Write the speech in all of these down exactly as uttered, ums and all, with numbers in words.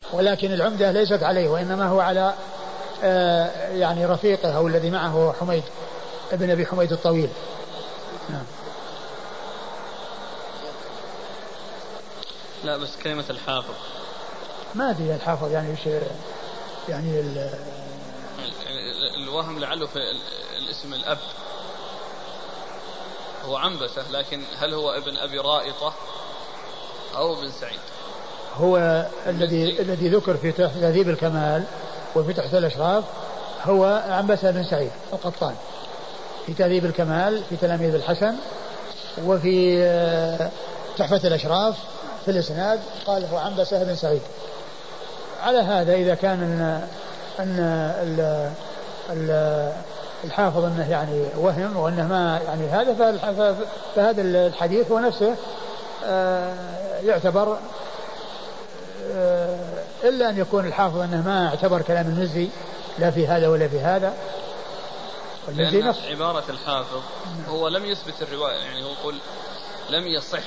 ولكن العمدة ليست عليه وإنما هو على آه يعني رفيقه أو الذي معه هو حميد ابن أبي حميد الطويل. نعم. لا بس كلمة الحافظ ما أدري الحافظ يعني إيش يعني الوهم لعله في الاسم الأب هو عنبسة، لكن هل هو ابن أبي رائطة أو ابن سعيد؟ هو الذي الذي ذكر في تهذيب الكمال وفي تحت الأشراف هو عنبسة بن سعيد القطان في تهذيب الكمال في تلاميذ الحسن، وفي تحفة الأشراف في الإسناد قال هو عنبسة بن سعيد. على هذا إذا كان أن, أن ال ال الحافظ أنه يعني وهم وأنه ما يعني هذا فهذا الحديث هو نفسه يعتبر إلا أن يكون الحافظ أنه ما اعتبر كلام المزي لا في هذا ولا في هذا. لأن عبارة الحافظ هو لم يثبت الرواية، يعني هو يقول لم يصح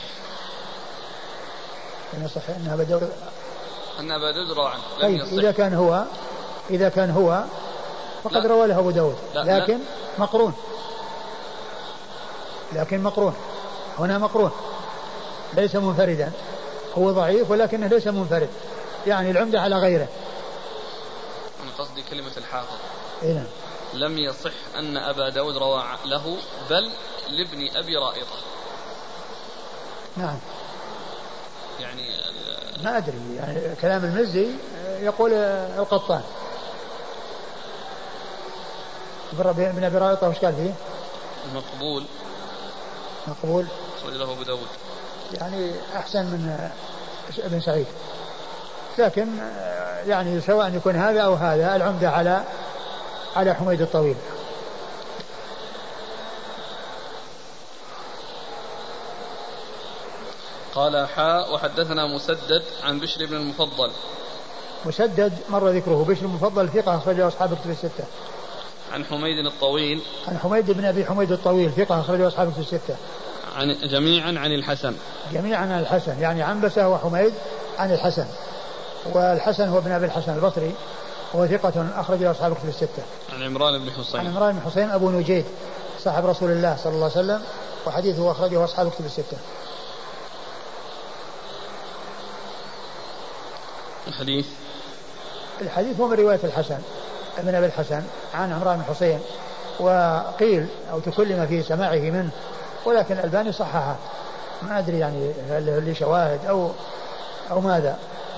لم يصح أن أبا داود أن أبا داود روى عنه لم طيب يصح. إذا كان هو إذا كان هو فقد روى له أبو داود، لكن لا. مقرون لكن مقرون هنا مقرون ليس منفردا، هو ضعيف ولكنه ليس منفرد، يعني العمدة على غيره. أنا قصدي كلمة الحافظ إيه؟ لم يصح أن أبا داود روى له بل لابن أبي رائطة. نعم يعني ما أدري يعني كلام المزي يقول القطان ابن أبي رائطة وش قال فيه؟ مقبول مقبول صلى له أبو داود، يعني أحسن من ابن سعيد، لكن يعني سواء يكون هذا أو هذا العمدة على على حميد الطويل. قال حاء وحدثنا مسدد عن بشر بن المفضل. مسدد مر ذكره، بشر المفضل ثقة أخرجه أصحاب الكتب الستة. عن حميد الطويل عن حميد بن أبي حميد الطويل ثقة أخرجه أصحاب الكتب الستة. عن جميعا عن الحسن جميعا عن الحسن، يعني عنبسة وحميد عن الحسن، والحسن هو ابن أبي الحسن البصري وهو ثقة أخرجه أصحاب الكتب الستة. عن عمران بن حسين عن عمران بن حسين أبو نجيد صاحب رسول الله صلى الله عليه وسلم، وحديثه أخرجه أصحاب الكتب الستة. الحديث الحديث هو من رواية الحسن ابن أبي الحسن عن عمران بن حسين، وقيل أو تكلم في سماعه منه، ولكن الألباني صححه، ما أدري يعني هل له شواهد أو أو ماذا.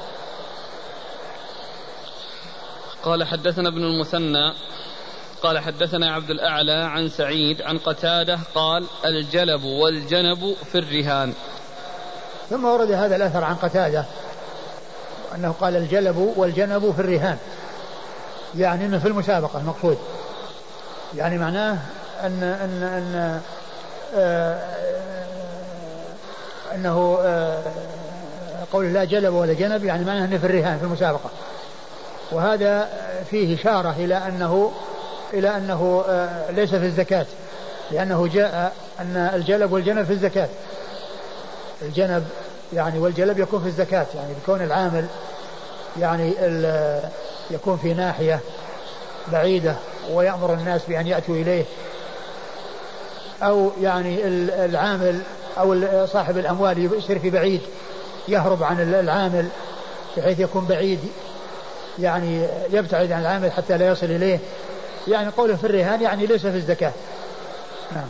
قال حدثنا ابن المثنى قال حدثنا عبد الأعلى عن سعيد عن قتادة قال الجلب والجنب في الرهان. ثم ورد هذا الأثر عن قتادة أنه قال الجلب والجنب في الرهان، يعني أنه في المسابقة المقصود، يعني معناه أن أن أن آه أنه آه قول لا جلب ولا جنب، يعني معناه أنه في الرهان في المسابقة، وهذا فيه إشارة إلى أنه إلى أنه آه ليس في الزكاة، لأنه جاء أن الجلب والجنب في الزكاة. الجنب يعني والجلب يكون في الزكاة، يعني بكون العامل يعني يكون في ناحية بعيدة ويأمر الناس بأن يأتوا إليه، أو يعني العامل أو صاحب الأموال يصير في بعيد يهرب عن العامل بحيث يكون بعيد، يعني يبتعد عن العامل حتى لا يصل إليه، يعني قوله في الرهان يعني ليس في الزكاة. نعم.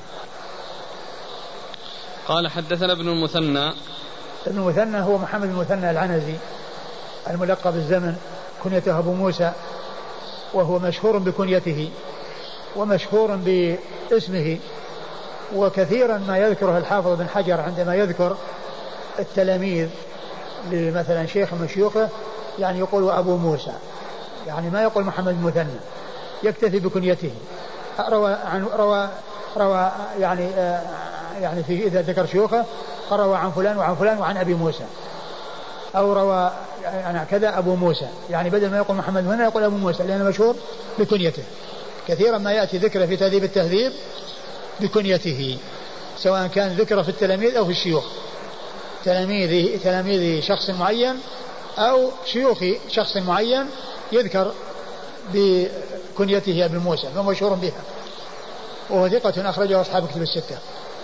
قال حدثنا ابن المثنى. ابن المثنى هو محمد بن المثنى العنزي الملقب بالزمن، كنيته أبو موسى، وهو مشهور بكنيته ومشهور باسمه، وكثيرا ما يذكره الحافظ بن حجر عندما يذكر التلاميذ لمثلا شيخ من شيوخه، يعني يقول أبو موسى، يعني ما يقول محمد بن المثنى، يكتفي بكنيته. روى عن روى روى يعني آه يعني في إذا ذكر شيوخه روى عن فلان وعن فلان وعن أبي موسى، أو روى يعني كذا أبو موسى، يعني بدل ما يقول محمد هنا يقول أبو موسى، لأنه مشهور بكنيته. كثيرا ما يأتي ذكره في تهذيب التهذيب بكنيته، سواء كان ذكره في التلاميذ أو في الشيوخ، تلاميذ تلاميذ شخص معين أو شيوخ شخص معين يذكر بكنيته أبي موسى فمشهور بها، وهو ثقة أخرجه أصحاب كتب الستة.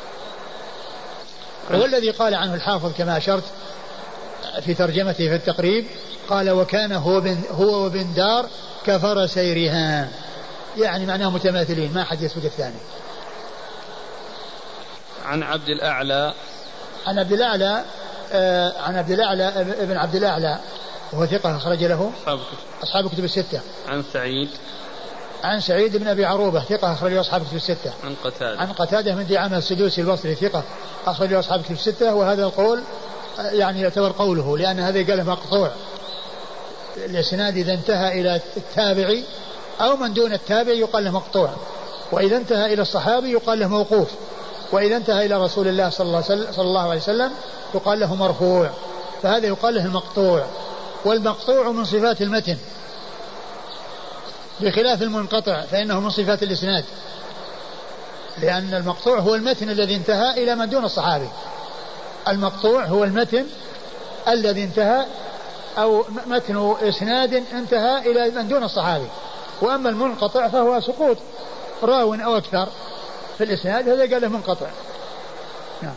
وهو الذي قال عنه الحافظ كما أشرت في ترجمته في التقريب، قال وكان هو بن هو وبن دار كفرسي رهان، يعني معناه متماثلين ما حد يسبق الثاني. عن عبد الأعلى عن عبد الأعلى آه عن عبد الأعلى ابن عبد الأعلى وهو ثقة أخرج له أصحاب كتب الستة. عن سعيد عن سعيد بن أبي عروبة ثقة أخرج له أصحاب كتب الستة. عن قتادة عن قتادة من دعامة السدوسي البصري ثقة أخرج له أصحاب كتب الستة. وهذا القول يعني يعتبر قوله، لأن هذا قاله مقطوع. الإسناد إذا انتهى إلى التابعي أو من دون التابع يقال له مقطوع، وإذا انتهى إلى الصحابي يقال له موقوف، وإذا انتهى إلى رسول الله صلى الله عليه وسلم يقال له مرفوع. فهذا يقال له المقطوع. والمقطوع من صفات المتن بخلاف المنقطع فإنه من صفات الإسناد، لأن المقطوع هو المتن الذي انتهى إلى من دون الصحابي. المقطوع هو المتن الذي انتهى أو متن إسناد انتهى إلى من دون الصحابي. وأما المنقطع فهو سقوط راو أو أكثر في الإسناد، هذا قال له منقطع. نعم.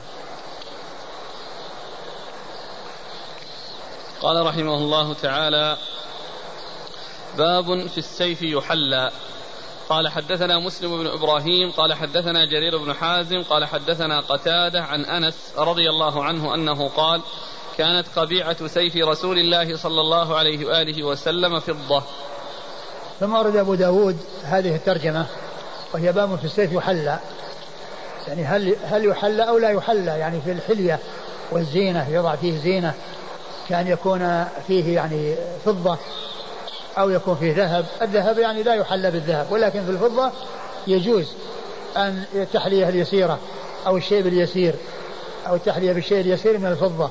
قال رحمه الله تعالى: باب في السيف يحلى. قال حدثنا مسلم بن إبراهيم قال حدثنا جرير بن حازم قال حدثنا قتادة عن أنس رضي الله عنه أنه قال: كانت قبيعة سيف رسول الله صلى الله عليه وآله وسلم فضة. ثم أورد أبو داود هذه الترجمة وهي باب في السيف يحلى، يعني هل هل يحلى أو لا يحلى، يعني في الحلية والزينة يضع فيه زينة، كان يكون فيه يعني فضة أو يكون فيه ذهب. الذهب يعني لا يحلى بالذهب، ولكن في الفضة يجوز أن التحلية اليسيرة أو الشيء باليسير أو التحلية بالشيء اليسير من الفضة.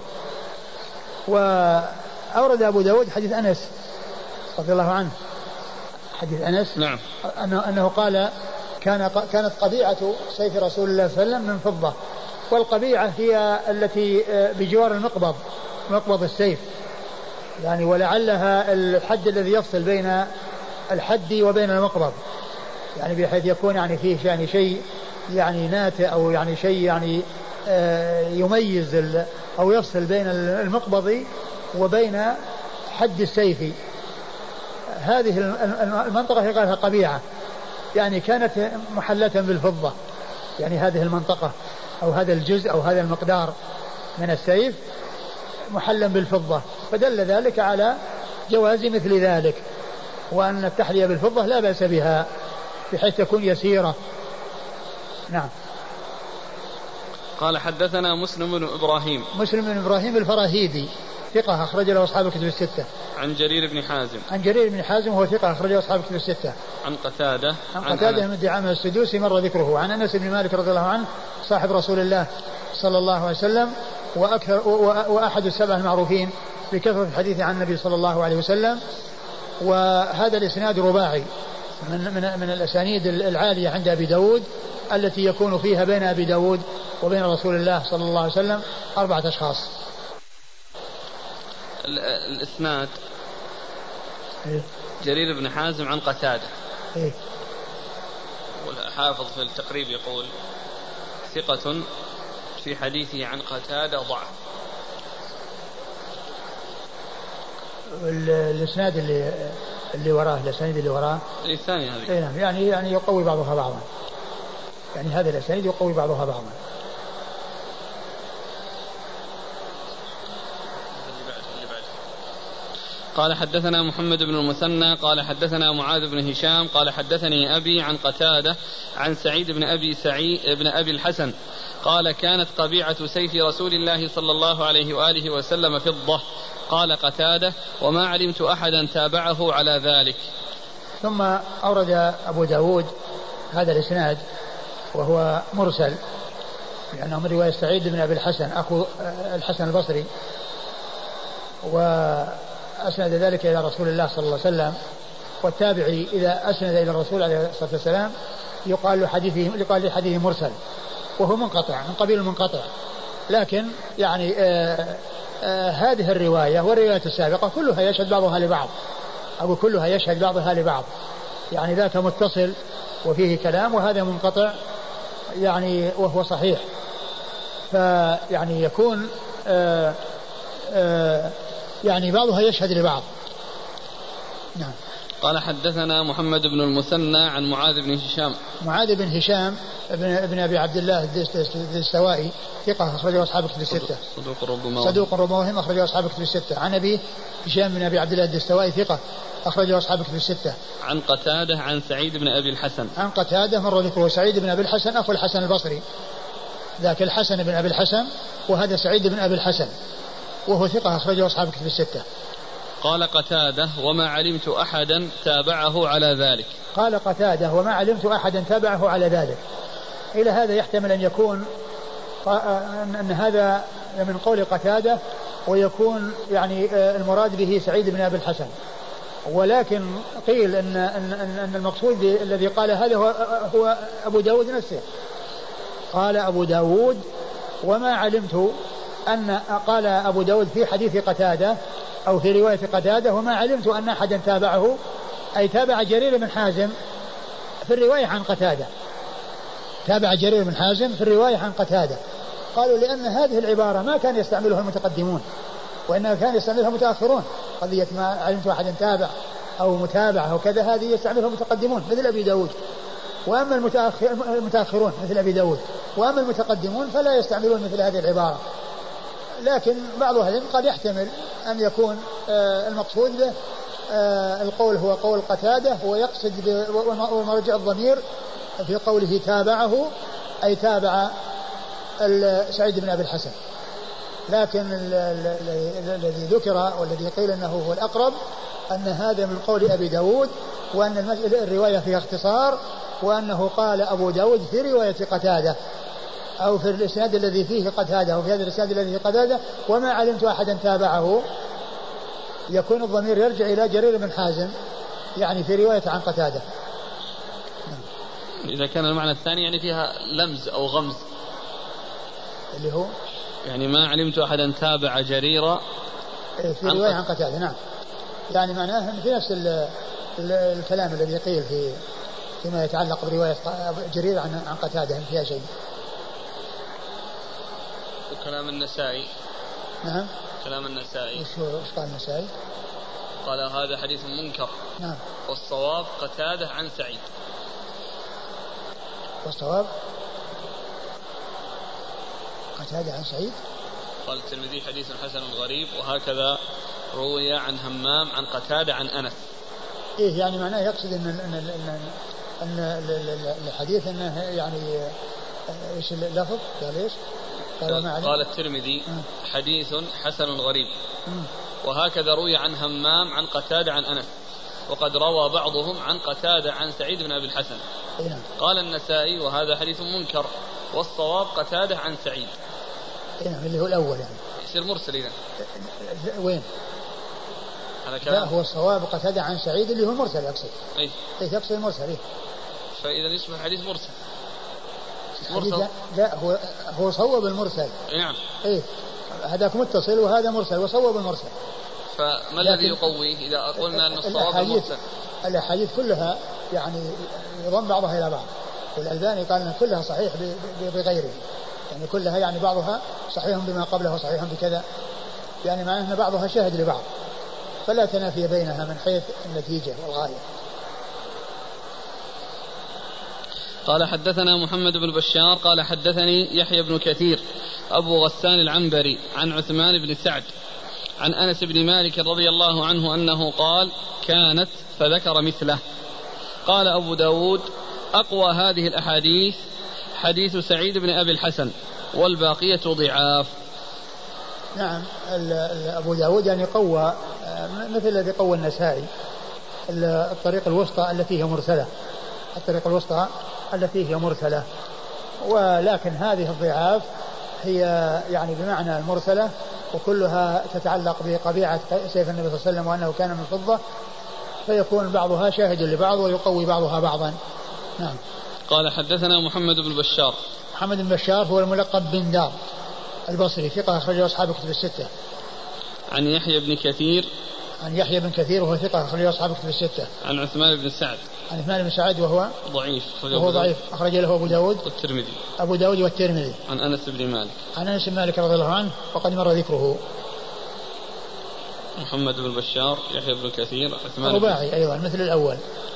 وأورد أبو داود حديث أنس رضي الله عنه، حديث أنس نعم. أنه, أنه قال كان كانت قبيعة سيف رسول الله صلى الله عليه وسلم من فضة. والقبيعة هي التي بجوار المقبض، مقبض السيف يعني، ولعلها الحد الذي يفصل بين الحد وبين المقبض، يعني بحيث يكون يعني فيه يعني شيء يعني ناتئ أو يعني شيء يعني يميز أو يفصل بين المقبض وبين حد السيف. هذه المنطقة يقال لها قبيعة، يعني كانت محلة بالفضة، يعني هذه المنطقة أو هذا الجزء أو هذا المقدار من السيف محلا بالفضة، فدل ذلك على جواز مثل ذلك، وأن التحلية بالفضة لا بأس بها بحيث تكون يسيرة. نعم. قال حدثنا مسلم بن إبراهيم مسلم بن إبراهيم الفراهيدي ثقة أخرج له أصحاب الكتب الستة. عن جرير بن حازم عن جرير بن حازم وهو ثقة أخرج له أصحاب الكتب الستة. عن قتادة عن قتادة من دعامة السدوسي مر ذكره. عن أنس بن مالك رضي الله عنه صاحب رسول الله صلى الله عليه وسلم وأكثر وأحد السبع المعروفين بكثرة الحديث عن النبي صلى الله عليه وسلم. وهذا الإسناد رباعي من, من, من الأسانيد العالية عند أبي داود التي يكون فيها بين أبي داود وبين رسول الله صلى الله عليه وسلم أربعة أشخاص. الإسناد إيه؟ جرير بن حازم عن قتادة. إيه؟ والحافظ في التقريب يقول ثقة في حديثه عن قتادة ضعف. الإسناد اللي اللي وراه الأسانيد اللي وراه الثاني هذه يعني يعني يقوي بعضها بعضا، يعني هذا الأسانيد يقوي بعضها بعضا. قال حدثنا محمد بن المثنى قال حدثنا معاذ بن هشام قال حدثني أبي عن قتادة عن سعيد بن أبي سعيد بن أبي الحسن قال كانت قبيعة سيف رسول الله صلى الله عليه وآله وسلم فضة. قال قتادة: وما علمت أحدا تابعه على ذلك. ثم أورد أبو داود هذا الإسناد وهو مرسل، لأنه من رواية سعيد بن أبي الحسن أخو الحسن البصري، وأسند ذلك إلى رسول الله صلى الله عليه وسلم. والتابعي إذا أسند إلى الرسول عليه الصلاة والسلام يقال له حديثه يقال له حديث مرسل، وهو منقطع من قبيل المنقطع، لكن يعني آه آه هذه الرواية والرواية السابقة كلها يشهد بعضها لبعض، أو كلها يشهد بعضها لبعض، يعني ذاك متصل وفيه كلام، وهذا منقطع يعني وهو صحيح، فيعني يكون آآ آآ يعني بعضها يشهد لبعض. نعم. قال حدثنا محمد بن المثنى عن معاذ بن هشام. معاذ بن هشام ابن, ابن أبي عبد الله الدستوائي ثقة أخرجه أصحاب الكتب الستة. صدوق ربما صدوق ربما أخرجه أصحاب الكتب الستة. عن أبي هشام بن أبي عبد الله الدستوائي ثقة أخرجه أصحاب الكتب الستة. عن قتادة عن سعيد بن أبي الحسن. عن قتادة مر ذكره، سعيد بن أبي الحسن أخو الحسن البصري، ذاك الحسن بن أبي الحسن وهذا سعيد بن أبي الحسن، وهو ثقة أخرجه أصحاب الكتب الستة. قال قتادة وما علمت أحدا تابعه على ذلك. قال قتادة وما علمت أحدا تابعه على ذلك. إلى هذا يحتمل أن يكون أن هذا من قول قتادة، ويكون يعني المراد به سعيد بن أبي الحسن، ولكن قيل أن, أن, أن المقصود الذي قال هذا هو, هو أبو داود نفسه. قال أبو داود وما علمت أن قال أبو داود في حديث قتادة أو في رواية قتادة وما علمت أن أحدا تابعه، أي تابع جرير بن حازم في الرواية عن قتادة، تابع جرير بن حازم في الرواية عن قتادة. قالوا لأن هذه العبارة ما كان يستعملها المتقدمون، وإنما كان يستعملها متأخرون، قضية ما علمت أحدا تابع أو متابعة وكذا هذه يستعملها المتقدمون مثل أبي داود، وأما المتأخر المتأخرون مثل أبي داود، وأما المتقدمون فلا يستعملون مثل هذه العبارة. لكن بعض أهل قد يحتمل أن يكون آه المقصود به آه القول هو قول قتادة، ويقصد ومرجع الضمير في قوله تابعه أي تابع سعيد بن أبي الحسن. لكن الذي ذكر والذي قيل أنه هو الأقرب أن هذا من قول أبي داود، وأن الرواية فيها اختصار، وأنه قال أبو داود في رواية قتادة أو في الإسناد الذي فيه قتادة أو في هذا الإسناد الذي فيه قتادة وما علمت أحدا تابعه، يكون الضمير يرجع إلى جرير بن حازم يعني في رواية عن قتادة. إذا كان المعنى الثاني يعني فيها لمز أو غمز، اللي هو يعني ما علمت أحدا تابع جريرا في رواية عن قتادة. نعم، يعني معناه في نفس ال ال الكلام الذي قيل في فيما يتعلق برواية جرير عن عن قتادة فيها شيء. وكلام النسائي. نعم. كلام النسائي. وش قال النسائي؟ قال هذا حديث منكر. نعم. والصواب قتادة عن سعيد. والصواب قتادة عن سعيد. قال الترمذي حديث حسن غريب، وهكذا روي عن همام عن قتادة عن أنس. إيه يعني معناه يقصد إن إن إن, إن الحديث إنه يعني إيش اللفظ؟ قال إيش؟ قال, قال الترمذي حديث حسن غريب، وهكذا روي عن همام عن قتادة عن أنس، وقد روى بعضهم عن قتادة عن سعيد بن أبي الحسن. قال النسائي وهذا حديث منكر، والصواب قتادة عن سعيد. نعم اللي هو الأول يعني يصير مرسل إذا. وين؟ هذا كلام. لا هو الصواب قتادة عن سعيد اللي هو مرسل يقصد. أي. إيه يقصد المرسل. إيه. فإذا يصبح حديث مرسل. مرسل. لا هو هو صوب المرسل. نعم. إيه هذاك متصل وهذا مرسل وصوب المرسل. فما الذي يقويه إذا قلنا أن الصواب المرسل؟ الأحاديث كلها يعني يضم بعضها إلى بعض، والألباني قال أن كلها صحيح بغيره، يعني كلها يعني بعضها صحيح بما قبله وصحيح بكذا، يعني معناه أن بعضها شاهد لبعض، فلا تنافي بينها من حيث النتيجة والغاية. قال حدثنا محمد بن بشار قال حدثني يحيى بن كثير أبو غسان العنبري عن عثمان بن سعد عن أنس بن مالك رضي الله عنه أنه قال كانت فذكر مثله. قال أبو داود أقوى هذه الأحاديث حديث سعيد بن أبي الحسن والباقية ضعاف. نعم أبو داود يعني قوى مثل الذي قوى النسائي الطريق الوسطى التي هي مرسلة، الطريق الوسطى التي هي مرسلة، ولكن هذه الضعاف هي يعني بمعنى المرسلة، وكلها تتعلق بقبيعة سيف النبي صلى الله عليه وسلم وأنه كان من فضة، فيكون بعضها شاهد لبعض ويقوي بعضها بعضا. نعم. قال حدثنا محمد بن بشار. محمد بن بشار هو الملقب بن دار البصري ثقة أخرجه أصحاب الكتب الستة. عن يحيى بن كثير عن يحيى بن كثير وهو ثقة أخرج له أصحاب كتب الستة. عن عثمان بن سعد عن عثمان بن سعد وهو ضعيف وهو ضعيف أخرج له أبو داود والترمذي أبو داود والترمذي. عن أنس بن مالك عن أنس بن مالك رضي الله عنه وقد مر ذكره. محمد بن بشار يحيى بن كثير عثمان رباعي أيضا مثل الأول.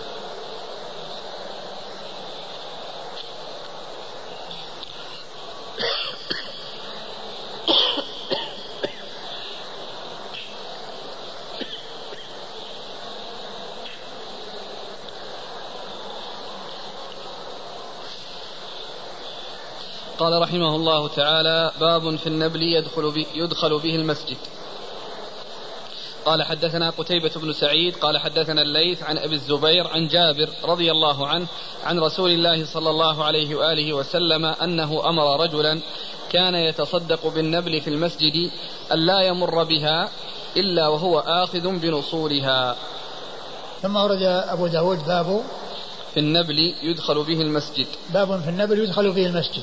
قال رحمه الله تعالى: باب في النبل يدخل به, يدخل به المسجد. قال حدثنا قتيبة بن سعيد قال حدثنا الليث عن أبي الزبير عن جابر رضي الله عنه عن رسول الله صلى الله عليه وآله وسلم أنه أمر رجلا كان يتصدق بالنبل في المسجد ألا يمر بها إلا وهو آخذ بنصولها. ثم ورد أبو داود باب في النبل يدخل به المسجد. باب في النبل يدخل به المسجد.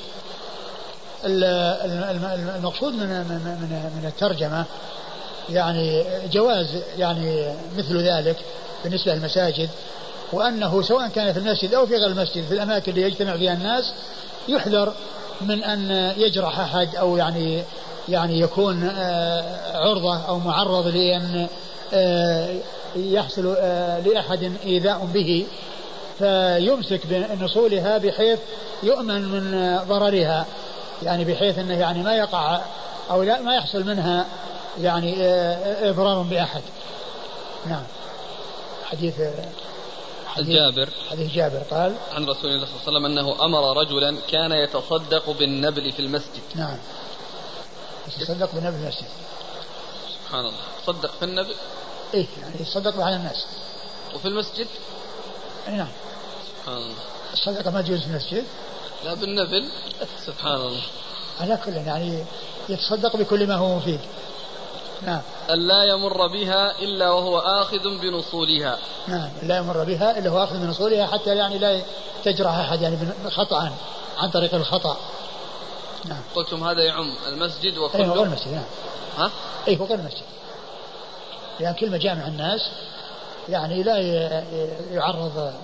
المقصود من من من الترجمة يعني جواز يعني مثل ذلك بالنسبة للمساجد، وأنه سواء كان في المسجد أو في غير المسجد في الأماكن اللي يجتمع فيها الناس يحذر من أن يجرح أحد أو يعني يعني يكون عرضة أو معرض لأن يحصل لأحد إيذاء به، فيمسك بنصولها بحيث يؤمن من ضررها، يعني بحيث أنه يعني ما يقع أو لا ما يحصل منها يعني إضرار بأحد. نعم. حديث حديث جابر حديث جابر قال عن رسول الله صلى الله عليه وسلم أنه أمر رجلا كان يتصدق بالنبل في المسجد. نعم، يتصدق بالنبل في المسجد. سبحان الله، تصدق في النبل؟ إيه يعني يتصدق على الناس. وفي المسجد؟ نعم. سبحان الله. الصدقة ما تجوز في المسجد؟ لا بالنبل. سبحان الله. على كل يعني يتصدق بكل ما هو مفيد. نعم. ألا يمر بها إلا وهو آخذ بنصولها. نعم، لا يمر بها إلا هو آخذ بنصولها حتى يعني لا تجرح أحد يعني خطأ عن طريق الخطأ. نعم. قلتم هذا يعم المسجد وكله؟ أي فوق المسجد. نعم. ها؟ أي فوق المسجد، يعني كل مجامع الناس يعني لا يعرض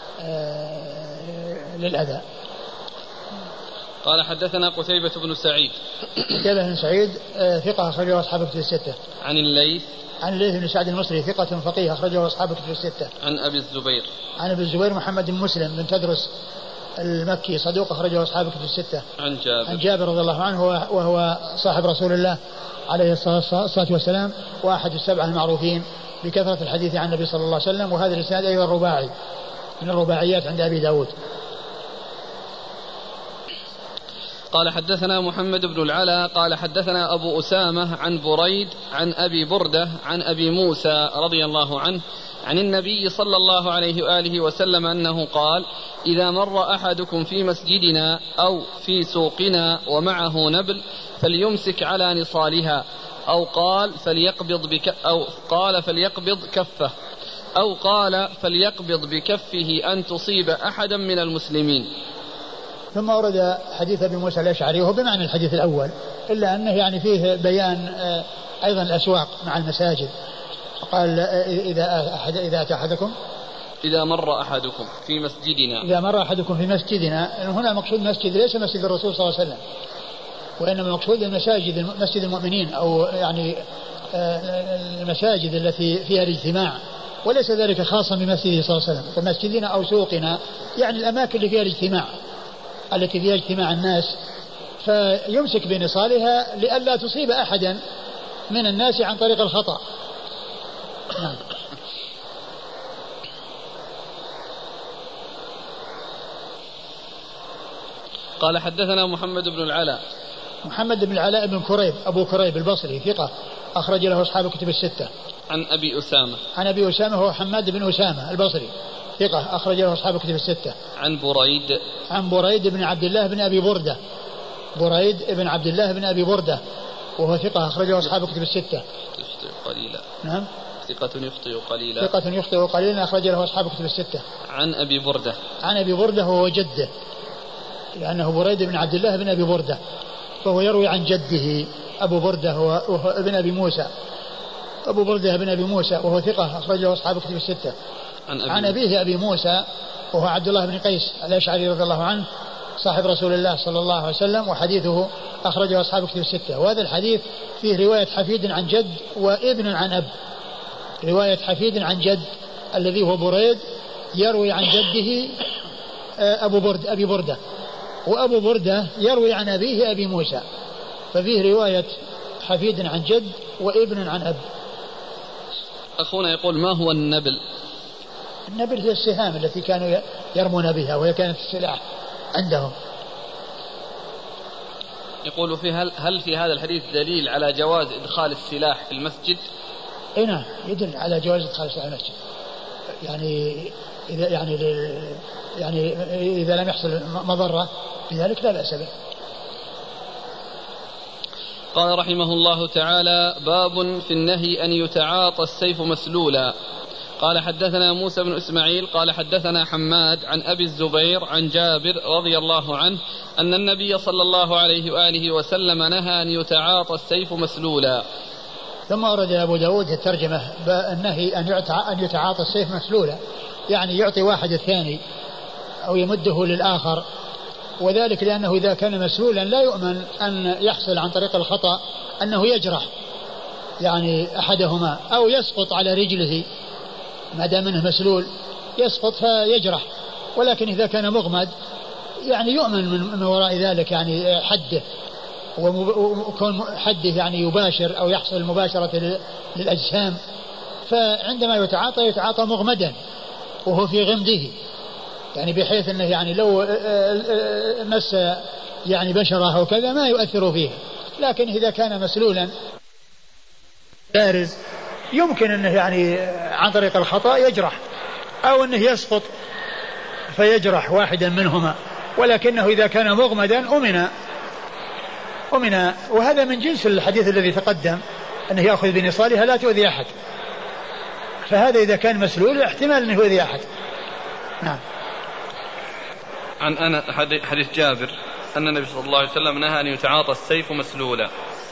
للأذى. قال حدثنا قتيبة بن سعيد. قتيبة بن سعيد ثقة أخرجه أصحاب الكتب الستة. عن الليث. عن الليث بن سعد المصري ثقة فقيه أخرجه أصحاب الكتب الستة. عن أبي الزبير. عن أبي الزبير محمد بن مسلم بن تدرس المكي صدوق أخرجه أصحاب الكتب الستة. عن جابر. عن جابر رضي الله عنه وهو صاحب رسول الله عليه الصلاة والسلام وأحد السبعة المعروفين بكثرة الحديث عن النبي صلى الله عليه وسلم، وهذا الإسناد أيضا رباعي من الرباعيات عند أبي داود. قال حدثنا محمد بن العلا قال حدثنا أبو أسامة عن بريد عن أبي بردة عن أبي موسى رضي الله عنه عن النبي صلى الله عليه وآله وسلم أنه قال: إذا مر أحدكم في مسجدنا أو في سوقنا ومعه نبل فليمسك على نصالها، أو قال فليقبض بك أو قال فليقبض كفه أو قال فليقبض بكفه أن تصيب أحدا من المسلمين. ثم ورد حديث أبي موسى الأشعري وهو بمعنى الحديث الأول، إلا أنه يعني فيه بيان أيضا الأسواق مع المساجد. قال: إذا أحد إذا أتى أحدكم إذا مر أحدكم في مسجدنا إذا مر أحدكم في مسجدنا، هنا مقصود مسجد ليس مسجد الرسول صلى الله عليه وسلم، وإنما المقصود المساجد مسجد المؤمنين أو يعني المساجد التي فيها الاجتماع، وليس ذلك خاصا بمسجده صلى الله عليه وسلم. فمسجدنا أو سوقنا يعني الأماكن اللي فيها الاجتماع التي فيها اجتماع الناس، فيمسك بنصالها لئلا تصيب أحدا من الناس عن طريق الخطأ. نعم. قال حدثنا محمد بن العلاء. محمد بن العلاء بن كريب أبو كريب البصري ثقة أخرج له أصحاب الكتب الستة. عن أبي أسامة. عن أبي أسامة هو حماد بن أسامة البصري ثقة أخرج له أصحاب الكتب الستة. عن بريد. عن بريد بن عبد الله بن أبي بردة. بريد بن عبد الله بن أبي بردة وهو ثقة أخرج له أصحاب الكتب الستة. يخطئ قليلا. نعم. ثقة يخطئ قليلا. ثقة يخطئ قليلا أخرج له أصحاب الكتب الستة. عن أبي بردة. عن أبي بردة وهو جده، لأنه بريد بن عبد الله بن أبي بردة، فهو يروي عن جده أبو بردة هو ابن أبي موسى أبو بردة بن أبي موسى وهو ثقة أخرجه أصحاب كتب الستة. عن, أبي عن أبيه أبي موسى وهو عبد الله بن قيس الأشعري رضي الله عنه صاحب رسول الله صلى الله عليه وسلم، وحديثه أخرجه أصحاب كتب الستة. وهذا الحديث فيه رواية حفيد عن جد وابن عن أب. رواية حفيد عن جد الذي هو بريد يروي عن جده أبو برد أبي بردة، وأبو بردة يروي عن أبيه أبي موسى، ففيه رواية حفيد عن جد وابن عن أب. أخونا يقول ما هو النبل؟ النبل هي السهام التي كانوا يرمون بها وهي كانت السلاح عندهم. يقول في هل, هل في هذا الحديث دليل على جواز إدخال السلاح في المسجد؟ اي نعم يدل على جواز إدخال السلاح في المسجد، يعني إذا يعني يعني إذا لم يحصل مضرة بذلك لا بأس به. قال رحمه الله تعالى: باب في النهي أن يتعاطى السيف مسلولا. قال حدثنا موسى بن إسماعيل قال حدثنا حماد عن أبي الزبير عن جابر رضي الله عنه أن النبي صلى الله عليه وآله وسلم نهى أن يتعاطى السيف مسلولا. ثم أورد أبو داود الترجمة النهي أن يتعاطى السيف مسلولا، يعني يعطي واحد الثاني أو يمده للآخر، وذلك لأنه إذا كان مسلولا لا يؤمن أن يحصل عن طريق الخطأ أنه يجرح يعني أحدهما أو يسقط على رجله، ما دام منه مسلول يسقط فيجرح. ولكن إذا كان مغمد يعني يؤمن من وراء ذلك يعني حده، وكون حده يعني يباشر أو يحصل مباشرة للأجسام، فعندما يتعاطى يتعاطى مغمدا وهو في غمده، يعني بحيث أنه يعني لو مس يعني بشره أو كذا ما يؤثر فيه. لكن إذا كان مسلولا بارز يمكن أنه يعني عن طريق الخطأ يجرح أو أنه يسقط فيجرح واحدا منهما، ولكنه إذا كان مغمدا أمن أمن وهذا من جنس الحديث الذي تقدم أنه يأخذ بنصالها لا تؤذي أحد، فهذا إذا كان مسلول احتمال أنه يؤذي أحد. نعم. عن أنا حديث جابر أن النبي صلى الله عليه وسلم نهى أن يتعاطى السيف مسلولا.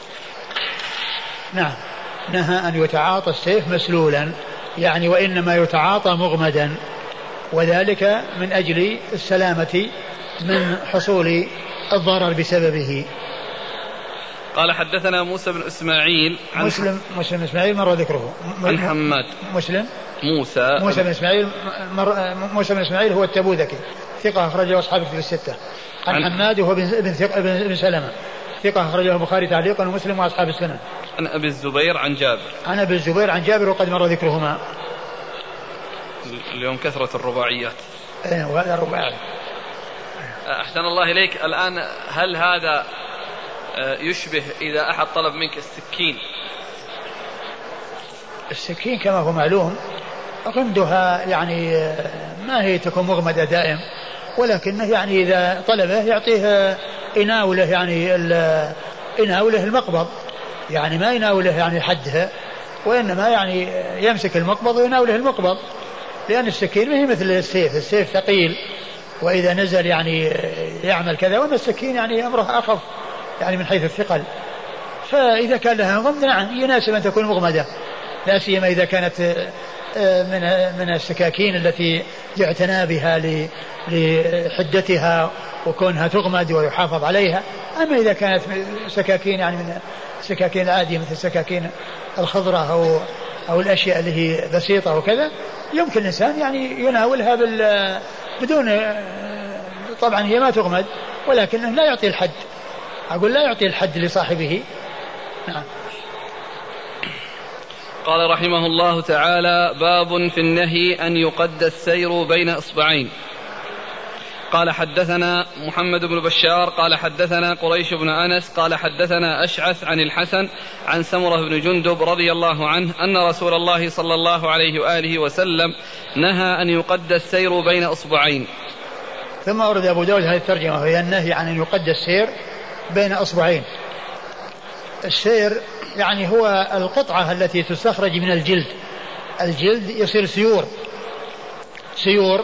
نعم، نهى أن يتعاطى السيف مسلولا، يعني وإنما يتعاطى مغمدا، وذلك من أجل السلامة من حصول الضرر بسببه. قال حدثنا موسى بن إسماعيل عن مسلم مسلم إسماعيل مر ذكره عن حماد مسلم موسى موسى بن إسماعيل مر موسى بن إسماعيل هو التبوذكي ثقة أخرجه أصحاب الكتب الستة. عن, عن حماد وهو بن بن, بن سلمة ثقة أخرجه البخاري تعليقا ومسلم وأصحاب السنن. عن أبي الزبير عن جابر عن أبي الزبير عن جابر وقد مر ذكرهما. اليوم كثرة الرباعيات. ايه وهذا الرباعي. أحسن الله إليك. الآن هل هذا يشبه إذا أحد طلب منك السكين؟ السكين كما هو معلوم غمدها يعني ما هي تكون مغمدة دائم، ولكنه يعني إذا طلبه يعطيه يناوله يعني يناوله المقبض، يعني ما يناوله يعني حدها، وإنما يعني يمسك المقبض ويناوله المقبض، لأن السكين ما هي مثل السيف، السيف ثقيل وإذا نزل يعني يعمل كذا، وأما السكين يعني أمره أخف يعني من حيث الثقل، فإذا كان لها غمد نعم يناسب أن تكون مغمدة، لا سيما إذا كانت من من السكاكين التي يعتنى بها لحدتها وكونها تغمد ويحافظ عليها. أما إذا كانت سكاكين يعني من السكاكين العادية مثل السكاكين الخضراء أو أو الأشياء اللي هي بسيطة وكذا يمكن الإنسان يعني يناولها بال بدون، طبعا هي ما تغمد ولكنه لا يعطي الحد، أقول لا يعطي الحد لصاحبه. نعم. قال رحمه الله تعالى: باب في النهي أن يقد السير بين إصبعين. قال حدثنا محمد بن بشار قال حدثنا قريش بن أنس قال حدثنا أشعث عن الحسن عن سمرة بن جندب رضي الله عنه أن رسول الله صلى الله عليه وآله وسلم نهى أن يقد السير بين إصبعين. ثم أورد أبو داود هذه الترجمة وهي النهي عن أن يقد السير بين إصبعين. السير يعني هو القطعة التي تستخرج من الجلد، الجلد يصير سيور سيور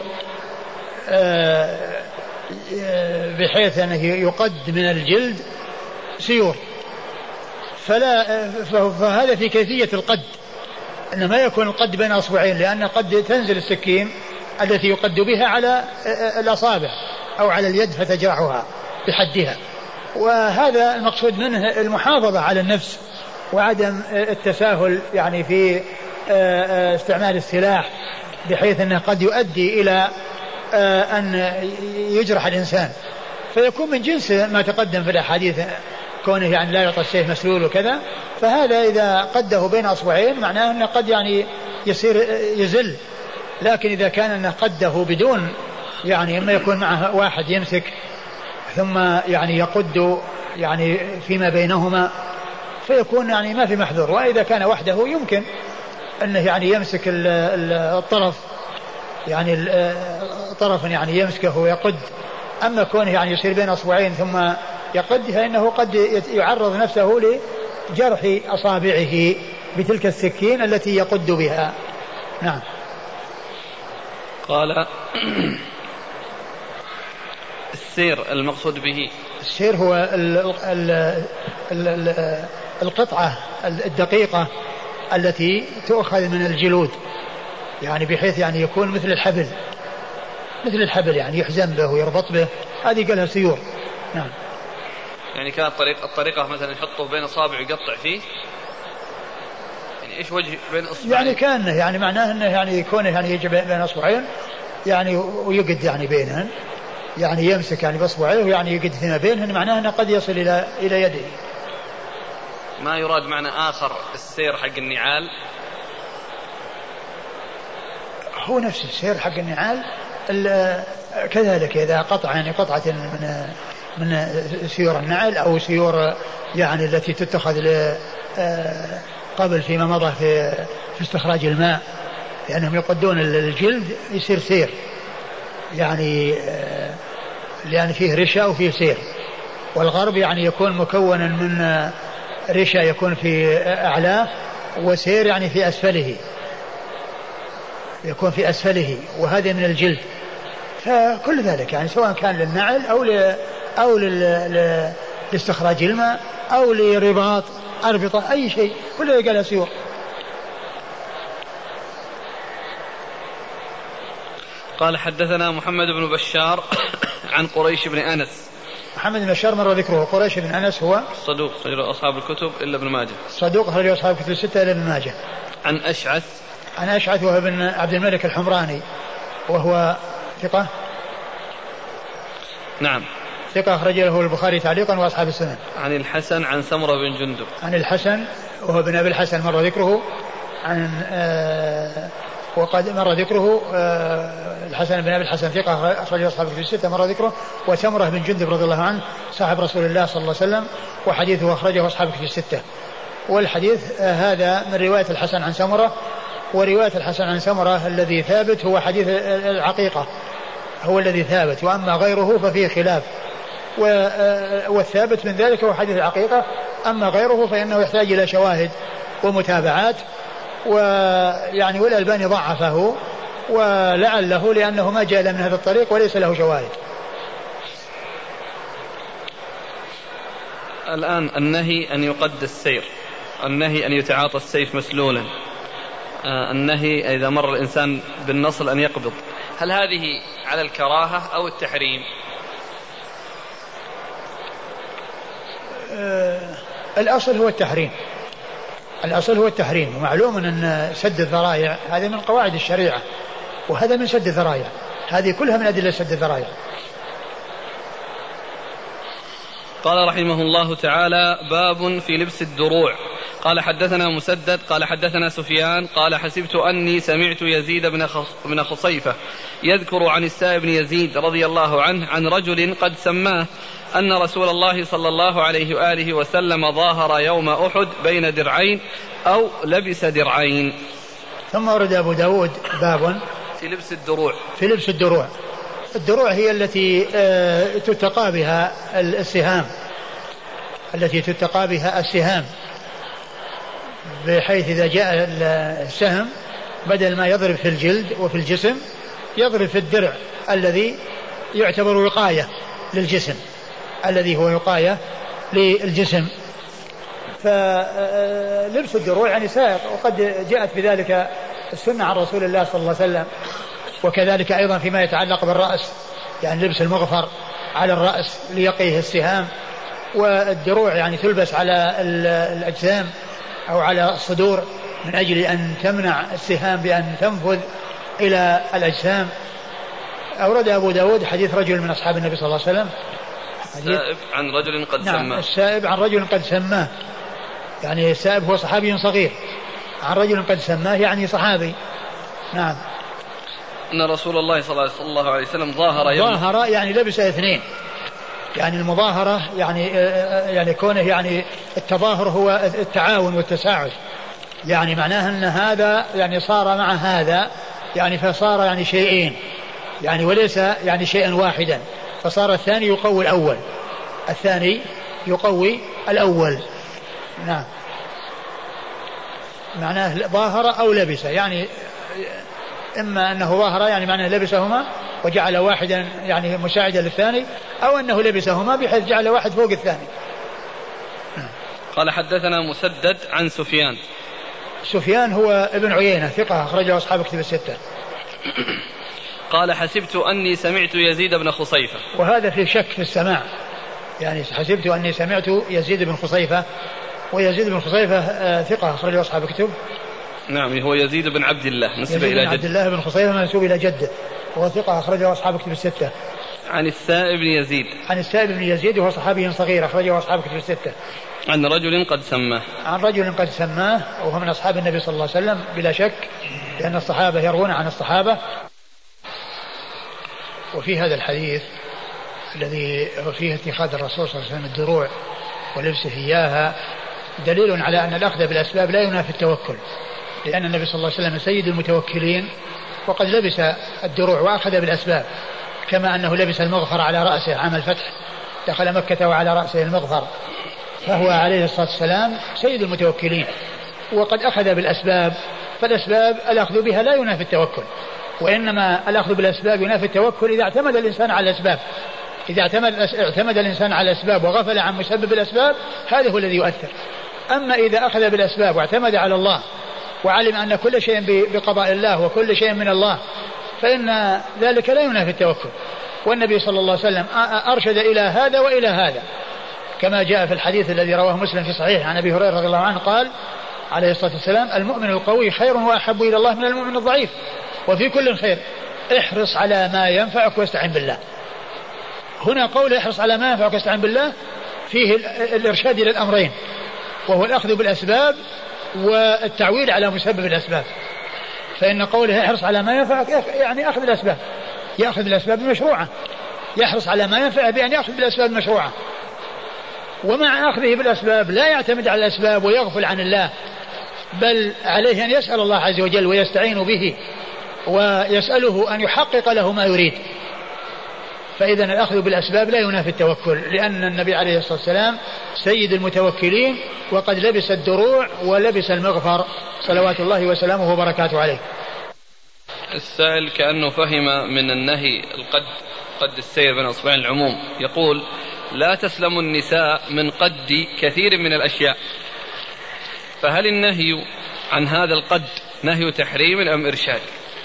بحيث أنه يقد من الجلد سيور، فلا فهذا في كيفية القد، أنه ما يكون القد بين أصبعين، لأن قد تنزل السكين التي يقد بها على الأصابع أو على اليد فتجرحها بحدها. وهذا المقصود منه المحافظة على النفس وعدم التساهل يعني في استعمال السلاح بحيث أنه قد يؤدي إلى أن يجرح الإنسان، فيكون من جنس ما تقدم في الأحاديث كونه يعني لا يعطى السيف مسلول وكذا. فهذا إذا قده بين أصبعين معناه أنه قد يعني يصير يزل، لكن إذا كان أنه قده بدون يعني إما يكون معه واحد يمسك ثم يعني يقد يعني فيما بينهما فيكون يعني ما في محذور. وإذا كان وحده يمكن أنه يعني يمسك الطرف يعني طرفا يعني يمسكه ويقد. أما كونه يعني يصير بين أصبعين ثم يقد فإنه قد يعرض نفسه لجرح أصابعه بتلك السكين التي يقد بها. نعم. قال السير المقصود به السير هو ال ال ال ال القطعة الدقيقة التي تؤخذ من الجلود يعني بحيث يعني يكون مثل الحبل مثل الحبل يعني يحزم به ويربط به، هذه قالها سيور. نعم. يعني كانت الطريقة, الطريقة مثلا يحطه بين أصابع ويقطع فيه، يعني إيش وجه بين أصبعين؟ يعني كأنه يعني معناه أنه يعني يكون يعني يجي بين أصبعين يعني ويقد يعني بينهن يعني يمسك يعني بأصبعيه ويعني يقد فيما بينهن، معناه أنه قد يصل إلى إلى يده. ما يراد معنى آخر السير حق النعال؟ هو نفس السير حق النعال كذلك إذا قطع يعني قطعة من من سيور النعل أو سيور يعني التي تتخذ قبل فيما مضى في في استخراج الماء، لأنهم يقدون الجلد يصير سير يعني لأن فيه رشا وفيه سير. والغرب يعني يكون مكونا من رشا يكون في أعلاه وسير يعني في أسفله يكون في أسفله وهذا من الجلد. فكل ذلك يعني سواء كان للنعل أو ل أو لل... لاستخراج الماء أو لرباط أربطة أي شيء كله قال سيور. قال حدثنا محمد بن بشار عن قريش بن أنس. محمد بن بشار مر ذكره. قريش بن أنس هو صدوق خرج أصحاب الكتب إلا ابن ماجه. صدوق خرج أصحاب الكتب الستة إلا ابن ماجه. عن أشعث عن أشعث وهو بن عبد الملك الحمراني وهو ثقة. نعم ثقة أخرج له البخاري تعليقا وأصحاب السنن. عن الحسن عن سمرة بن جندب. عن الحسن وهو بن أبي الحسن مر ذكره. عن آه وقد مر ذكره آه الحسن بن أبي الحسن ثقة أخرج أصحاب الكتب الستة مر ذكره. وسمرة بن جندب رضي الله عنه صاحب رسول الله صلى الله عليه وسلم وحديثه أخرجه أصحاب الكتب الستة. والحديث آه هذا من رواية الحسن عن سمرة. ورواية الحسن عن سمرة الذي ثابت هو حديث العقيقة هو الذي ثابت، وأما غيره ففيه خلاف. والثابت من ذلك هو حديث العقيقة، أما غيره فإنه يحتاج إلى شواهد ومتابعات، ويعني والألباني ضعفه ولعله لأنه ما جاء من هذا الطريق وليس له شواهد. الآن النهي أن يقد السير، النهي أن يتعاطى السيف مسلولا، النهي إذا مر الإنسان بالنصل أن يقبض، هل هذه على الكراهة أو التحريم؟ آه الأصل هو التحريم. الأصل هو التحريم. ومعلوم أن سد الذرائع هذا من قواعد الشريعة، وهذا من سد الذرائع، هذه كلها من أدلة سد الذرائع. قال رحمه الله تعالى: باب في لبس الدروع. قال حدثنا مسدد قال حدثنا سفيان قال حسبت أني سمعت يزيد بن خصيفة يذكر عن السائب بن يزيد رضي الله عنه عن رجل قد سماه أن رسول الله صلى الله عليه وآله وسلم ظاهر يوم أحد بين درعين أو لبس درعين. ثم ورد أبو داود باب في لبس الدروع. في لبس الدروع. الدروع هي التي تتقى بها السهام، التي تتقى بها السهام، بحيث إذا جاء السهم بدل ما يضرب في الجلد وفي الجسم يضرب في الدرع الذي يعتبر وقاية للجسم، الذي هو وقاية للجسم. فلبس الدروع يعني سائق، وقد جاءت بذلك السنة عن رسول الله صلى الله عليه وسلم. وكذلك أيضا فيما يتعلق بالرأس، يعني لبس المغفر على الرأس ليقيه السهام. والدروع يعني تلبس على الأجسام أو على الصدور من أجل أن تمنع السهام بأن تنفذ إلى الأجسام. أورد أبو داود حديث رجل من أصحاب النبي صلى الله عليه وسلم، السائب عن رجل قد نعم سماه. السائب عن رجل قد سماه، يعني السائب هو صحابي صغير، عن رجل قد سماه يعني صحابي. نعم. أن رسول الله صلى الله عليه وسلم ظاهر ظاهر يعني لبس اثنين، يعني المظاهرة يعني يعني كونه يعني التظاهر هو التعاون والتساعد، يعني معناه أن هذا يعني صار مع هذا، يعني فصار يعني شيئين، يعني وليس يعني شيئا واحدا، فصار الثاني يقوي الأول، الثاني يقوي الأول. نعم. معناه ظاهر أو لبس، يعني إما أنه ظاهر يعني معناه لبسهما وجعل واحدا يعني مساعدا للثاني، أو أنه لبسهما بحيث جعل واحد فوق الثاني. قال حدثنا مسدد عن سفيان. سفيان هو ابن عيينة ثقة أخرجه أصحاب كتب الستة. قال حسبت أني سمعت يزيد بن خصيفة. وهذا في شك في السماع، يعني حسبت أني سمعت يزيد بن خصيفة، ويزيد بن خصيفة آه ثقة أخرجه أصحاب كتب. نعم هو يزيد بن عبد الله نسب إلى جده. عبد الله بن خصيفة منسوب إلى جده، وهو ثقة أخرجه أصحاب كتب الستة. عن السائب بن يزيد. عن السائب بن يزيد وهو صحابي صغير أخرجه أصحاب كتب الستة. عن رجل قد سماه. عن رجل قد سماه وهو من أصحاب النبي صلى الله عليه وسلم بلا شك، لأن الصحابة يروون عن الصحابة. وفي هذا الحديث الذي فيه اتخاذ الرسول صلى الله عليه وسلم الدروع ولبسه إياها دليل على أن الأخذ بالأسباب لا ينافي التوكل، لأن النبي صلى الله عليه وسلم سيد المتوكلين، وقد لبس الدروع وأخذ بالأسباب، كما أنه لبس المغفر على رأسه عام الفتح، دخل مكة وعلى رأسه المغفر، فهو عليه الصلاة والسلام سيد المتوكلين وقد أخذ بالأسباب. فالأسباب الأخذ بها لا ينافي التوكل، وإنما الأخذ بالأسباب ينافي التوكل إذا اعتمد الإنسان على الأسباب. إذا اعتمد, اعتمد الإنسان على الأسباب وغفل عن مسبب الأسباب، هذا هو الذي يؤثر. أما إذا أخذ بالأسباب واعتمد على الله وعلم أن كل شيء بقضاء الله وكل شيء من الله، فإن ذلك لا ينافي التوكل. والنبي صلى الله عليه وسلم أرشد إلى هذا وإلى هذا، كما جاء في الحديث الذي رواه مسلم في صحيح عن أبي هريرة رضي الله عنه قال عليه الصلاة والسلام: المؤمن القوي خير وأحب إلى الله من المؤمن الضعيف، وفي كل خير، احرص على ما ينفعك واستعن بالله. هنا قول احرص على ما ينفعك واستعن بالله فيه الإرشاد إلى الأمرين، وهو الأخذ بالأسباب والتعويل على مسبب الأسباب. فإن قوله احرص على ما ينفعك يعني أخذ الأسباب، يأخذ الأسباب المشروعة، يحرص على ما ينفعه بأن يأخذ بالأسباب المشروعة. ومع أخذه بالأسباب لا يعتمد على الأسباب ويغفل عن الله، بل عليه أن يسأل الله عز وجل ويستعين به ويسأله أن يحقق له ما يريد. فإذا الأخذ بالأسباب لا ينافي التوكل، لأن النبي عليه الصلاة والسلام سيد المتوكلين وقد لبس الدروع ولبس المغفر صلوات الله وسلامه وبركاته عليه. السائل كأنه فهم من النهي القد قد السير بين أصبعين العموم، يقول: لا تسلم النساء من قد كثير من الأشياء، فهل النهي عن هذا القد نهي تحريم أم إرشاد؟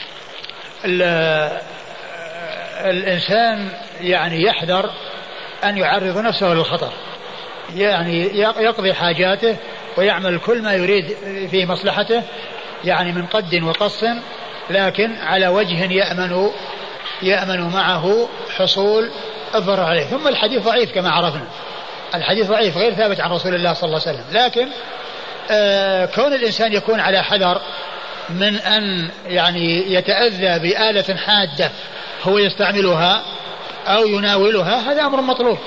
الإنسان يعني يحذر أن يعرض نفسه للخطر، يعني يقضي حاجاته ويعمل كل ما يريد في مصلحته، يعني من قد وقص، لكن على وجه يأمن يأمن معه حصول الضرر عليه. ثم الحديث ضعيف كما عرفنا، الحديث ضعيف غير ثابت عن رسول الله صلى الله عليه وسلم، لكن آه كون الإنسان يكون على حذر من أن يعني يتأذى بآلة حادة هو يستعملها أو يناولها، هذا أمر مطلوب.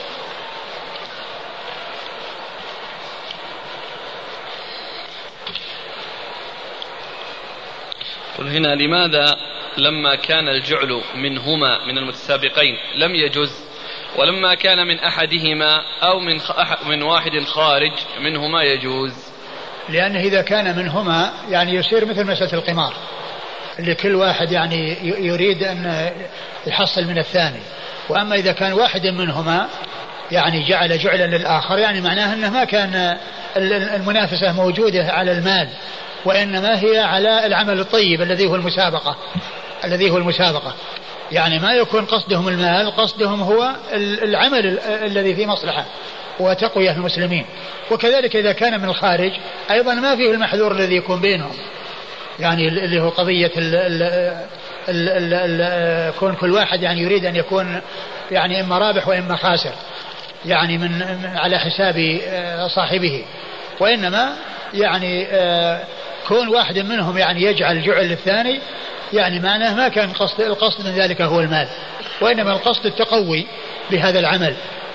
قل هنا: لماذا لما كان الجعل منهما من المتسابقين لم يجز، ولما كان من أحدهما أو من من واحد خارج منهما يجوز؟ لأنه إذا كان منهما يعني يصير مثل مسألة القمار، اللي كل واحد يعني يريد أن يحصل من الثاني. وأما إذا كان واحد منهما يعني جعل جعلا للآخر، يعني معناه أنه ما كان المنافسة موجودة على المال، وإنما هي على العمل الطيب الذي هو المسابقة الذي هو المسابقة يعني ما يكون قصدهم المال، قصدهم هو العمل الذي فيه مصلحة وتقوية المسلمين. وكذلك إذا كان من الخارج أيضا ما فيه المحذور الذي يكون بينهم، يعني اللي هو قضية ال ال ال ال ال كون كل واحد يعني يريد أن يكون يعني إما رابح وإما خاسر، يعني من على حساب صاحبه، وإنما يعني كون واحد منهم يعني يجعل جعل للثاني، يعني معناه ما كان قصد القصد من ذلك هو المال، وإنما القصد التقوي بهذا العمل.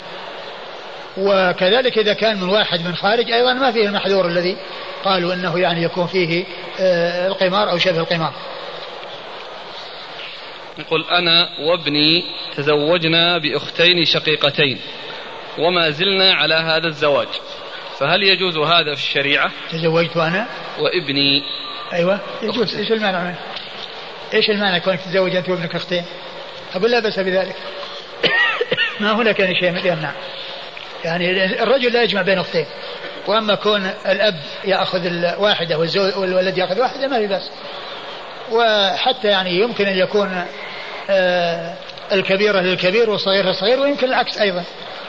وكذلك إذا كان من واحد من خارج أيضا ما فيه المحذور الذي قالوا أنه يعني يكون فيه القمار أو شبه القمار. يقول أنا وابني تزوجنا بأختين شقيقتين وما زلنا على هذا الزواج، فهل يجوز هذا في الشريعة؟ تزوجت أنا وابني. أيوة يجوز. إيش المانع منه؟ إيش المانع كونك تتزوج أنت وابنك أختين؟ أقول لا بأس بذلك. ما هناك يعني شيء يمنع، يعني الرجل لا يجمع بين أختين، وأما كون الأب يأخذ الواحدة والولد يأخذ واحدة ما في بأس. وحتى يعني يمكن أن يكون آه الكبيرة للكبير والصغير للصغير، ويمكن العكس أيضا.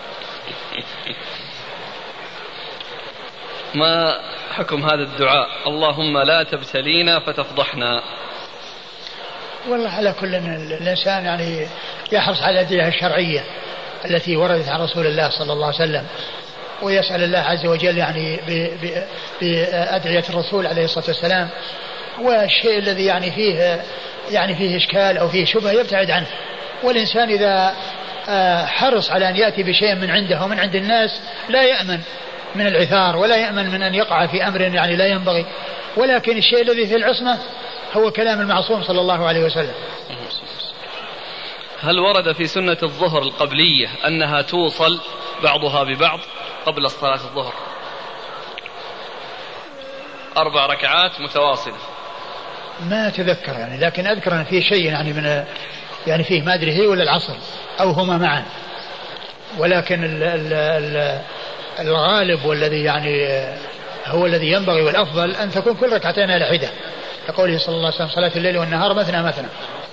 ما حكم هذا الدعاء اللهم لا تبتلينا فتفضحنا؟ والله على كل الإنسان يعني يحرص على الأدلة الشرعية التي وردت عن رسول الله صلى الله عليه وسلم، ويسأل الله عز وجل يعني بأدعية الرسول عليه الصلاة والسلام. والشيء الذي يعني فيه يعني فيه إشكال أو فيه شبهة يبتعد عنه. والإنسان إذا حرص على أن يأتي بشيء من عنده ومن عند الناس لا يأمن من العثار ولا يأمن من أن يقع في أمر يعني لا ينبغي. ولكن الشيء الذي في العصمة هو كلام المعصوم صلى الله عليه وسلم. هل ورد في سنة الظهر القبلية أنها توصل بعضها ببعض قبل صلاة الظهر أربع ركعات متواصلة؟ ما أتذكر يعني، لكن أذكر أن في شيء يعني من يعني فيه ما أدري هي ولا العصر أو هما معا، ولكن ال ال ال الغالب والذي يعني هو الذي ينبغي والأفضل أن تكون كل ركعتين على حدة، كقوله صلى الله عليه وسلم صلاة الليل والنهار مثنى مثنى.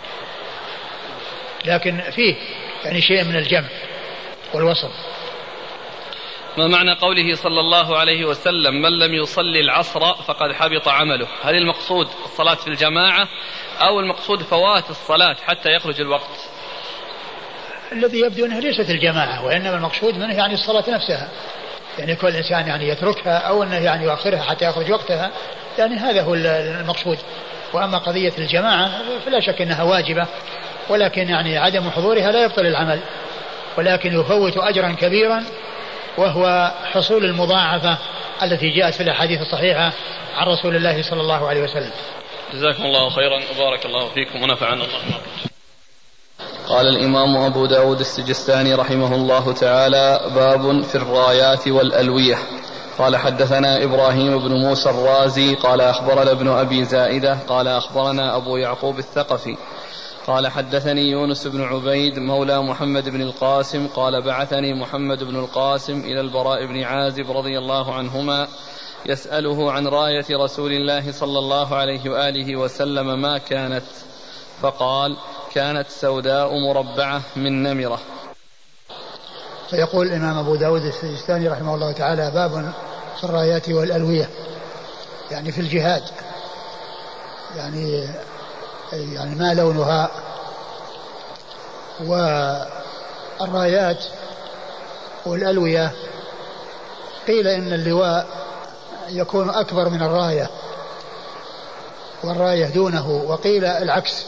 لكن فيه يعني شيء من الجمع والوصل. ما معنى قوله صلى الله عليه وسلم من لم يصلي العصر فقد حبط عمله؟ هل المقصود الصلاة في الجماعة أو المقصود فوات الصلاة حتى يخرج الوقت؟ الذي يبدو أنه ليست الجماعة، وإنما المقصود منه يعني الصلاة نفسها، يعني كل إنسان يعني يتركها أو أنه يعني يؤخرها حتى يخرج وقتها، يعني هذا هو المقصود. وأما قضية الجماعة فلا شك أنها واجبة، ولكن يعني عدم حضورها لا يبطل العمل، ولكن يفوت أجرا كبيرا، وهو حصول المضاعفة التي جاءت في الأحاديث الصحيحة عن رسول الله صلى الله عليه وسلم. جزاكم الله خيرا وبارك الله فيكم ونفعنا الله. قال الإمام أبو داود السجستاني رحمه الله تعالى: باب في الرايات والألوية. قال حدثنا إبراهيم بن موسى الرازي قال أخبرنا ابن أبي زائدة قال أخبرنا أبو يعقوب الثقفي قال حدثني يونس بن عبيد مولى محمد بن القاسم قال بعثني محمد بن القاسم إلى البراء بن عازب رضي الله عنهما يسأله عن راية رسول الله صلى الله عليه وآله وسلم ما كانت، فقال: كانت سوداء مربعة من نمرة. فيقول الإمام أبو داود السجستاني رحمه الله تعالى: باب في الرايات والألوية، يعني في الجهاد، يعني يعني ما لونها. والرايات والألوية قيل إن اللواء يكون أكبر من الراية والراية دونه، وقيل العكس.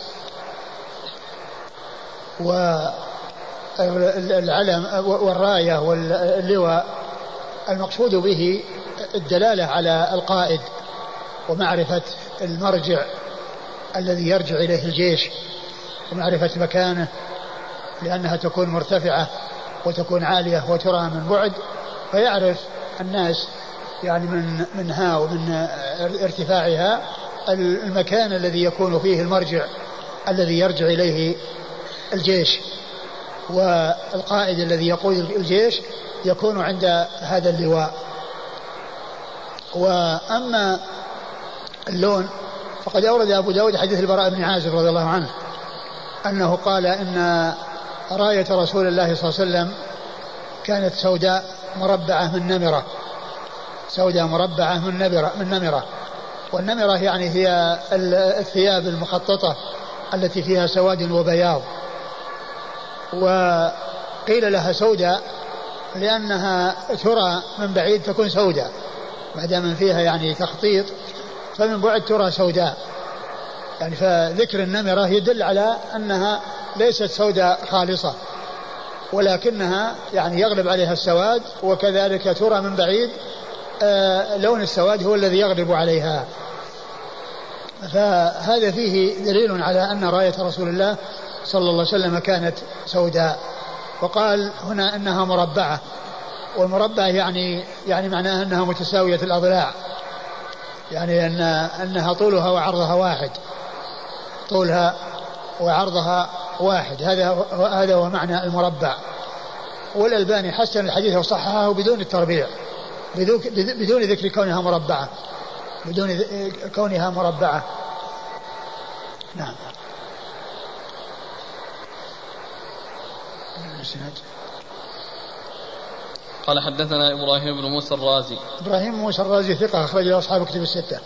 والعلم والراية واللواء المقصود به الدلالة على القائد ومعرفة المرجع الذي يرجع إليه الجيش ومعرفة مكانه، لأنها تكون مرتفعة وتكون عالية وترى من بعد، فيعرف الناس يعني من منها ومن ارتفاعها المكان الذي يكون فيه المرجع الذي يرجع إليه الجيش. والقائد الذي يقود الجيش يكون عند هذا اللواء. وأما اللون فقد أورد أبو داود حديث البراء بن عازب رضي الله عنه أنه قال إن راية رسول الله صلى الله عليه وسلم كانت سوداء مربعة من نمرة، سوداء مربعة من نمرة, من نمرة والنمرة يعني هي الثياب المخططة التي فيها سواد وبياض. وقيل لها سوداء لأنها ترى من بعيد تكون سوداء، ما دام فيها يعني تخطيط فمن بعد ترى سوداء، يعني فذكر النمرة يدل على أنها ليست سوداء خالصة ولكنها يعني يغلب عليها السواد، وكذلك ترى من بعيد آه لون السواد هو الذي يغلب عليها. فهذا فيه دليل على أن راية رسول الله صلى الله عليه وسلم كانت سوداء. وقال هنا أنها مربعة، والمربع يعني يعني معناها أنها متساوية الأضلاع، يعني أن أنها طولها وعرضها واحد، طولها وعرضها واحد، هذا هذا هو معنى المربع. والألباني حسن الحديث وصححه بدون التربيع، بدون ذكر كونها مربعة، بدون كونها مربعة. نعم. قال حدثنا إبراهيم بن موسى الرازي. إبراهيم بن موسى الرازي ثقة أخرج له أصحاب كتب الستة.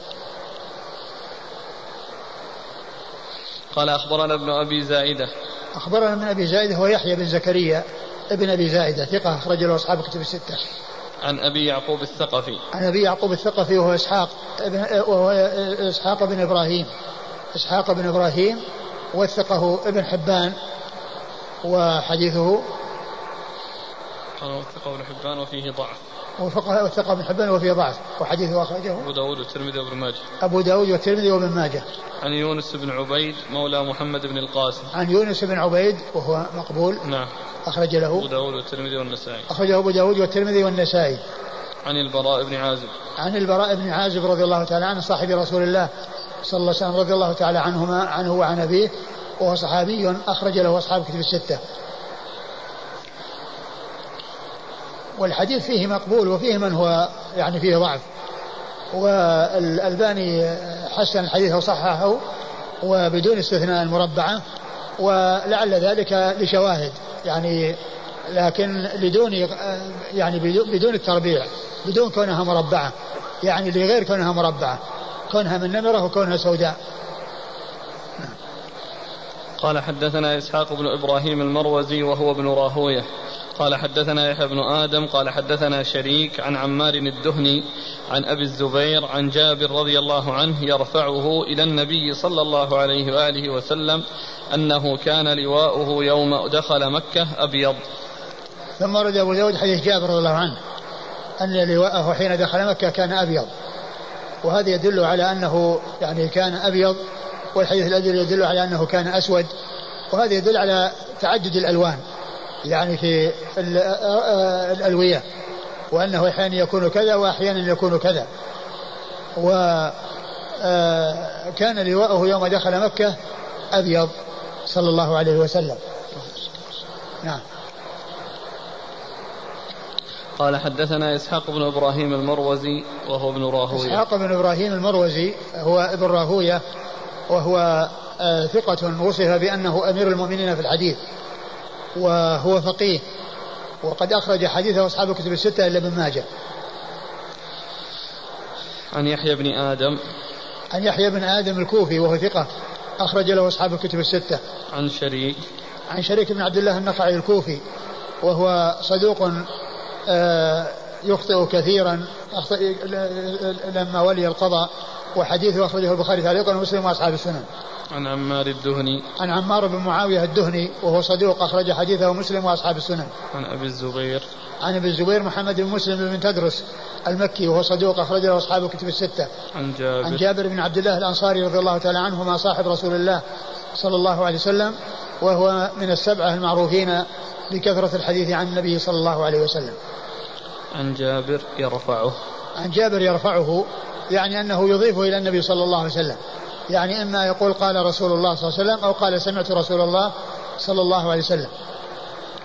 قال أخبرنا ابن أبي زائدة. أخبرنا ابن أبي زائدة هو يحيى بن زكريا ابن أبي زائدة ثقة أخرج له أصحاب كتب الستة. عن أبي يعقوب الثقفي. عن أبي يعقوب الثقفي وهو إسحاق ابن وهو إسحاق بن إبراهيم إسحاق بن إبراهيم وثقه ابن حبان وحديثه. قال وثقه ابن حبان وفيه ضعف. وثقه ابن حبان وفيه ضعف وحديثه أخرجه أبو داود والترمذي وابن ماجه. أبو داود والترمذي وابن ماجه. عن يونس بن عبيد مولى محمد بن القاسم. عن يونس بن عبيد وهو مقبول. نعم. أخرج له أبو داود والترمذي والنسائي. أخرجه أبو داود والترمذي والنسائي. عن البراء بن عازب. عن البراء بن عازب رضي الله تعالى عنه صاحب رسول الله صلى الله عليه وسلم رضي الله تعالى عنهما عنه وعن أبيه، وهو صحابي أخرج له أصحاب كتب الستة. والحديث فيه مقبول وفيه من هو يعني فيه ضعف، والألباني حسن الحديث وصححه وبدون استثناء المربعة، ولعل ذلك لشواهد يعني، لكن بدون يعني بدون التربيع، بدون كونها مربعة، يعني لغير كونها مربعة، كونها من نمرة وكونها سوداء. قال حدثنا إسحاق بن إبراهيم المروزي وهو ابن راهوية قال حدثنا يحيى بن آدم قال حدثنا شريك عن عمار الدهني عن أبي الزبير عن جابر رضي الله عنه يرفعه إلى النبي صلى الله عليه وآله وسلم أنه كان لواؤه يوم دخل مكة أبيض. ثم ورد أبو داود حديث جابر رضي الله عنه أن لواءه حين دخل مكة كان أبيض، وهذا يدل على أنه يعني كان أبيض، والحديث الذي يدل على أنه كان أسود، وهذا يدل على تعدد الألوان يعني في الألوية، وأنه أحيانا يكون كذا وأحيانا يكون كذا. وكان لواءه يوم دخل مكة أبيض صلى الله عليه وسلم. نعم. قال حدثنا إسحاق بن إبراهيم المروزي وهو ابن راهوية. إسحاق بن إبراهيم المروزي هو ابن راهوية، وهو ثقة وصف بأنه أمير المؤمنين في الحديث، وهو فقيه، وقد أخرج حديثه أصحاب الكتب الستة إلا ابن ماجه. عن يحيى بن آدم. عن يحيى بن آدم الكوفي وهو ثقة أخرج له أصحاب الكتب الستة. عن شريك. عن شريك بن عبد الله النخعي الكوفي وهو صدوق يخطئ كثيرا لما ولي القضاء، وحديثه أخرجه البخاري تعليقا ومسلم وأصحاب السنن. عن عمار الدهني. عن عمار بن معاوية الدهني وهو صدوق أخرج حديثه مسلم وأصحاب السنن. عن أبي الزبير. عن أبي الزبير محمد بن مسلم بن تدرس المكي وهو صدوق أخرج له أصحاب الكتب الستة. عن جابر. عن جابر بن عبد الله الأنصاري رضي الله تعالى عنهما صاحب رسول الله صلى الله عليه وسلم، وهو من السبعة المعروفين بكثرة الحديث عن النبي صلى الله عليه وسلم. عن جابر يرفعه. عن جابر يرفعه يعني أنه يضيفه إلى النبي صلى الله عليه وسلم، يعني إما يقول قال رسول الله صلى الله عليه وسلم أو قال سمعت رسول الله صلى الله عليه وسلم.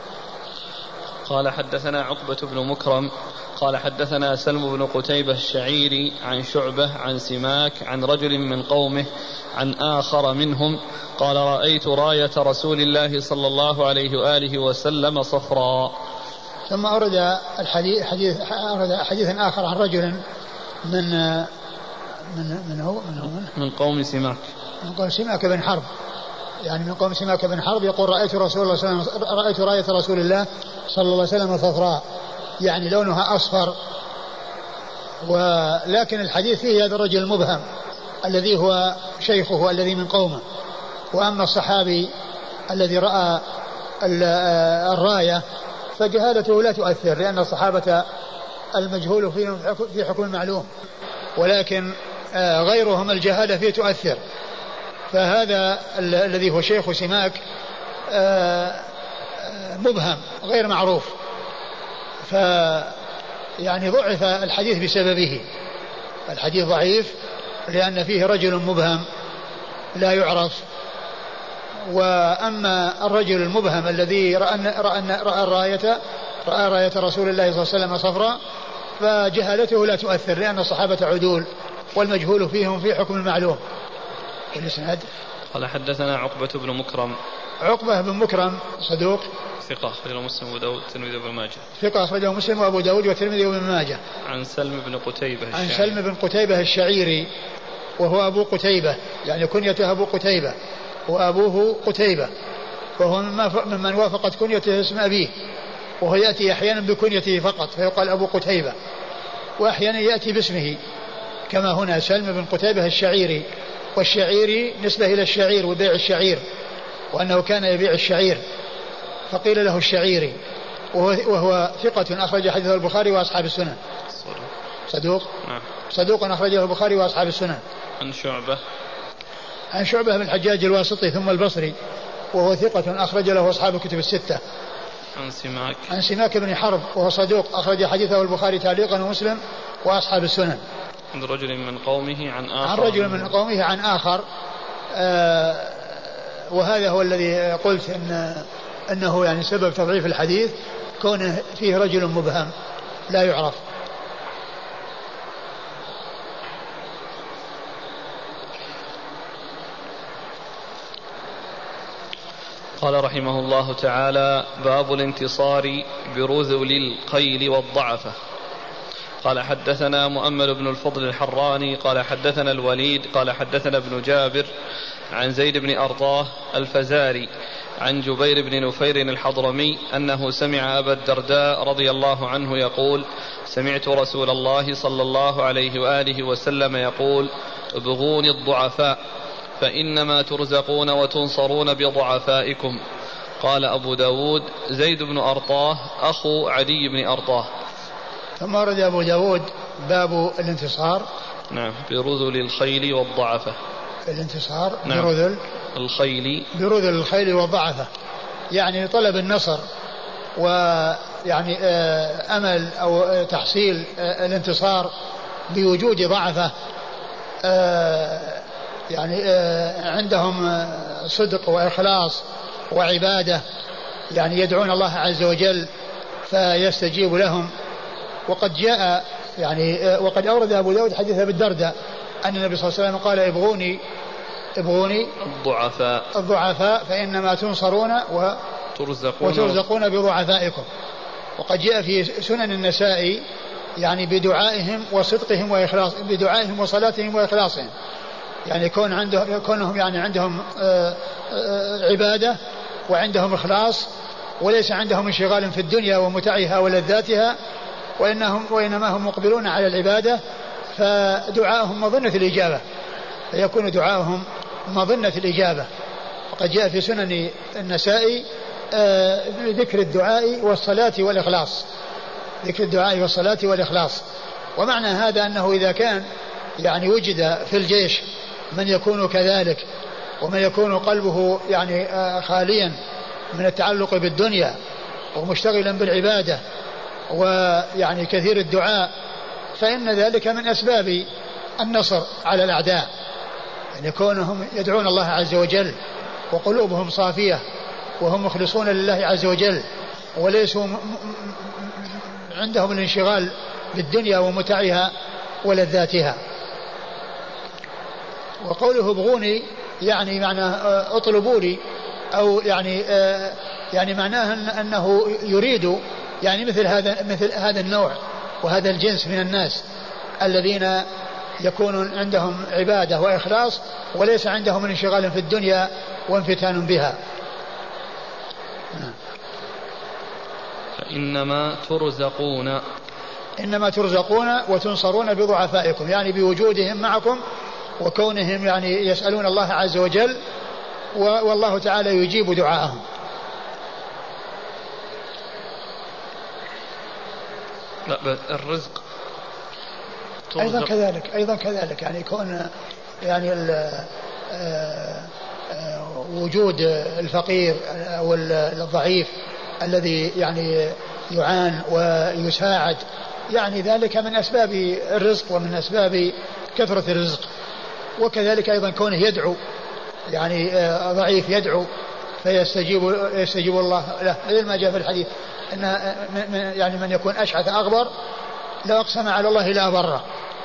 قال حدثنا عقبة بن مكرم قال حدثنا سلم بن قتيبة الشعيري عن شعبة عن سماك عن رجل من قومه عن آخر منهم قال رأيت راية رسول الله صلى الله عليه وآله وسلم صفراء. ثم أورد الحديث حديث أورد حديثا آخر عن رجل من من من هو من, هو من, من قوم سماك من قوم سماك بن حرب، يعني من قوم سماك بن حرب يقول رأيت رسول الله صلى الله عليه وسلم رأيت راية رسول الله صلى الله عليه وسلم صفراء، يعني لونها أصفر. ولكن الحديث فيه هذا الرجل المبهم الذي هو شيخه الذي من قومه. وأما الصحابي الذي رأى الراية فجهالته لا تؤثر، لأن الصحابة المجهول فيهم في حكم المعلوم، ولكن غيرهم الجهالة فيه تؤثر. فهذا الذي هو شيخ سماك مبهم غير معروف، ف يعني ضعف الحديث بسببه. الحديث ضعيف لأن فيه رجل مبهم لا يعرف. وأما الرجل المبهم الذي رأى رأى رأى الراية رأى راية رسول الله صلى الله عليه وسلم صفراء فجهالته لا تؤثر، لأن الصحابة عدول والمجهول فيهم في حكم المعلوم. الإسناد قال حدثنا عقبة بن مكرم. عقبة بن مكرم صدوق ثقة أخرجه مسلم وأبو داود والترمذي وابن ماجه. ثقة أخرجه مسلم وأبو داود والترمذي وابن ماجه. عن سلم بن قتيبة الشعيري. عن سلم بن قتيبة الشعيري وهو أبو قتيبة، يعني كنيته أبو قتيبة وأبوه قتيبة، وهو ممن وافقت كنيته اسم أبيه، وهو يأتي أحيانا بكنيته فقط فيقال أبو قتيبة، وأحيانا يأتي باسمه كما هنا سلم بن قتيبة الشعيري. والشعيري نسبة إلى الشعير وبيع الشعير، وأنه كان يبيع الشعير فقيل له الشعيري. وهو, وهو ثقة أخرج حديثه البخاري وأصحاب السنن. صدوق نعم. صدوق أخرجه البخاري وأصحاب السنن. عن شعبة عن شعبة بن الحجاج الواسطي ثم البصري وهو ثقة أخرج له أصحاب الكتب الستة. عن سماك عن سماك بن حرب وهو صدوق أخرج حديثه البخاري تعليقا ومسلم وأصحاب السنن. عن رجل من قومه عن آخر عن رجل من قومه عن آخر. آه وهذا هو الذي قلت إن أنه يعني سبب تضعيف الحديث كونه فيه رجل مبهم لا يعرف. قال رحمه الله تعالى باب الانتصار برذل الخيل والضعفة. قال حدثنا مؤمل بن الفضل الحراني قال حدثنا الوليد قال حدثنا ابن جابر عن زيد بن أرطاه الفزاري عن جبير بن نفير الحضرمي أنه سمع أبا الدرداء رضي الله عنه يقول سمعت رسول الله صلى الله عليه وآله وسلم يقول ابغوني الضعفاء فإنما ترزقون وتنصرون بضعفائكم. قال أبو داود زيد بن أرطاه أخو عدي بن أرطاه. ثم ورد أبو داود باب الانتصار نعم برذل الخيل والضعفة. الانتصار نعم. برذل الخيل برذل الخيل والضعفة، يعني طلب النصر ويعني أمل أو تحصيل الانتصار بوجود ضعفة يعني عندهم صدق وإخلاص وعبادة، يعني يدعون الله عز وجل فيستجيب لهم. وقد جاء يعني وقد أورد أبو داود حديث أبي الدرداء أن النبي صلى الله عليه وسلم قال ابغوني ابغوني الضعفاء الضعفاء فإنما تنصرون وترزقون, وترزقون بضعفائكم. وقد جاء في سنن النسائي يعني بدعائهم وصدقهم وإخلاص بدعائهم وصلاتهم وإخلاصهم، يعني كون عندهم كونهم يعني عندهم آآ آآ عبادة وعندهم إخلاص وليس عندهم انشغال في الدنيا ومتعها ولذاتها، وإنهم وإنما هم مقبلون على العبادة، فدعاءهم مظنة الإجابة، فيكون دعاءهم مظنة الإجابة. وقد جاء في سنن النسائي ذكر الدعاء والصلاة والإخلاص، ذكر الدعاء والصلاة والإخلاص. ومعنى هذا أنه إذا كان يعني وجد في الجيش من يكون كذلك ومن يكون قلبه يعني خاليا من التعلق بالدنيا ومشتغلا بالعبادة ويعني كثير الدعاء، فإن ذلك من أسباب النصر على الأعداء، يعني كونهم يدعون الله عز وجل وقلوبهم صافية وهم مخلصون لله عز وجل وليسوا عندهم الانشغال بالدنيا ومتعها ولذاتها. وقوله ابغوني يعني معناه اطلبوا لي، أو يعني يعني معناه أنه يريد يعني مثل هذا مثل هذا النوع وهذا الجنس من الناس الذين يكون عندهم عبادة وإخلاص وليس عندهم انشغال في الدنيا وانفتان بها. فإنما ترزقون إنما ترزقون وتنصرون بضعفائكم، يعني بوجودهم معكم وكونهم يعني يسألون الله عز وجل والله تعالى يجيب دعاءهم. لا الرزق أيضا كذلك أيضا كذلك يعني يكون يعني وجود الفقير أو الضعيف الذي يعني يعان ويساعد، يعني ذلك من أسباب الرزق ومن أسباب كثرة الرزق. وكذلك أيضا كونه يدعو، يعني ضعيف يدعو فيستجيب يستجيب الله له، مثل ما جاء في الحديث أن يعني من يكون أشعث أغبر لو أقسم على الله لا بره.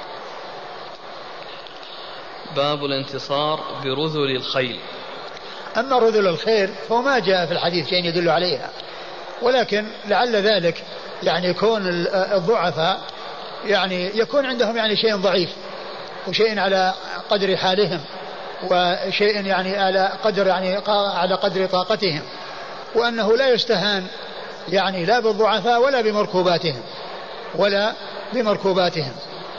باب الانتصار برذل الخيل. أما رذل الخيل فهو ما جاء في الحديث شيء يدل عليها، ولكن لعل ذلك يعني يكون الضعفاء يعني يكون عندهم يعني شيء ضعيف وشيء على قدر حالهم وشيء يعني على قدر يعني على قدر طاقتهم، وأنه لا يستهان يعني لا بالضعفاء ولا بمركوباتهم ولا بمركوباتهم.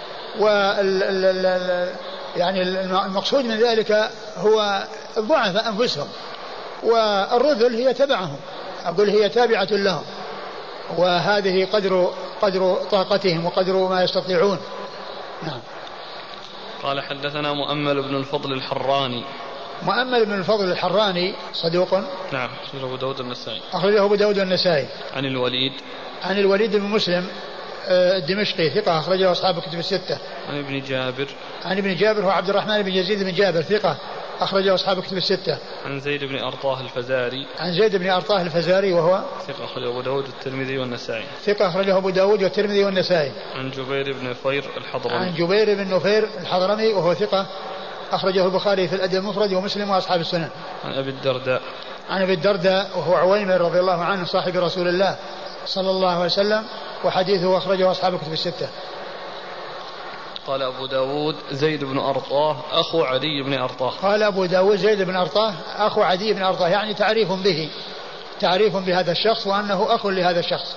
وال يعني المقصود من ذلك هو الضعفاء أنفسهم، والرذل هي تبعهم، أقول هي تابعة لهم، وهذه قدر قدر طاقتهم وقدر ما يستطيعون. نعم. قال حدثنا مؤمل بن الفضل الحراني. مؤمل بن الفضل الحراني صدوق. نعم. أخرجه أبو داود النسائي. أخرجه أبو داود النسائي. عن الوليد. عن الوليد بن مسلم الدمشقي ثقة أخرجه أصحاب الكتب الستة. عن ابن جابر. عن ابن جابر هو عبد الرحمن بن يزيد بن جابر ثقة أخرجه أصحاب الكتب الستة. عن زيد بن أرطاه الفزاري. عن زيد بن أرطاه الفزاري وهو ثقة أخرجه أبو داود والترمذي والنسائي. ثقة أخرجه أبو داود والترمذي والنسائي. عن جبير بن نفير الحضرمي. عن جبير بن نفير الحضرمي وهو ثقة أخرجه البخاري في الأدب المفرد ومسلم وأصحاب السنن. عن أبي الدرداء. عن أبي الدرداء وهو عويمر رضي الله عنه صاحب رسول الله صلى الله عليه وسلم، وحديثه أخرجه أصحاب الكتب الستة. قال أبو داود زيد بن أرطاه أخو عدي بن أرطاه. قال أبو داود زيد بن أرطاه أخو عدي بن أرطاه، يعني تعريف به تعريف بهذا الشخص وأنه أخ لهذا الشخص.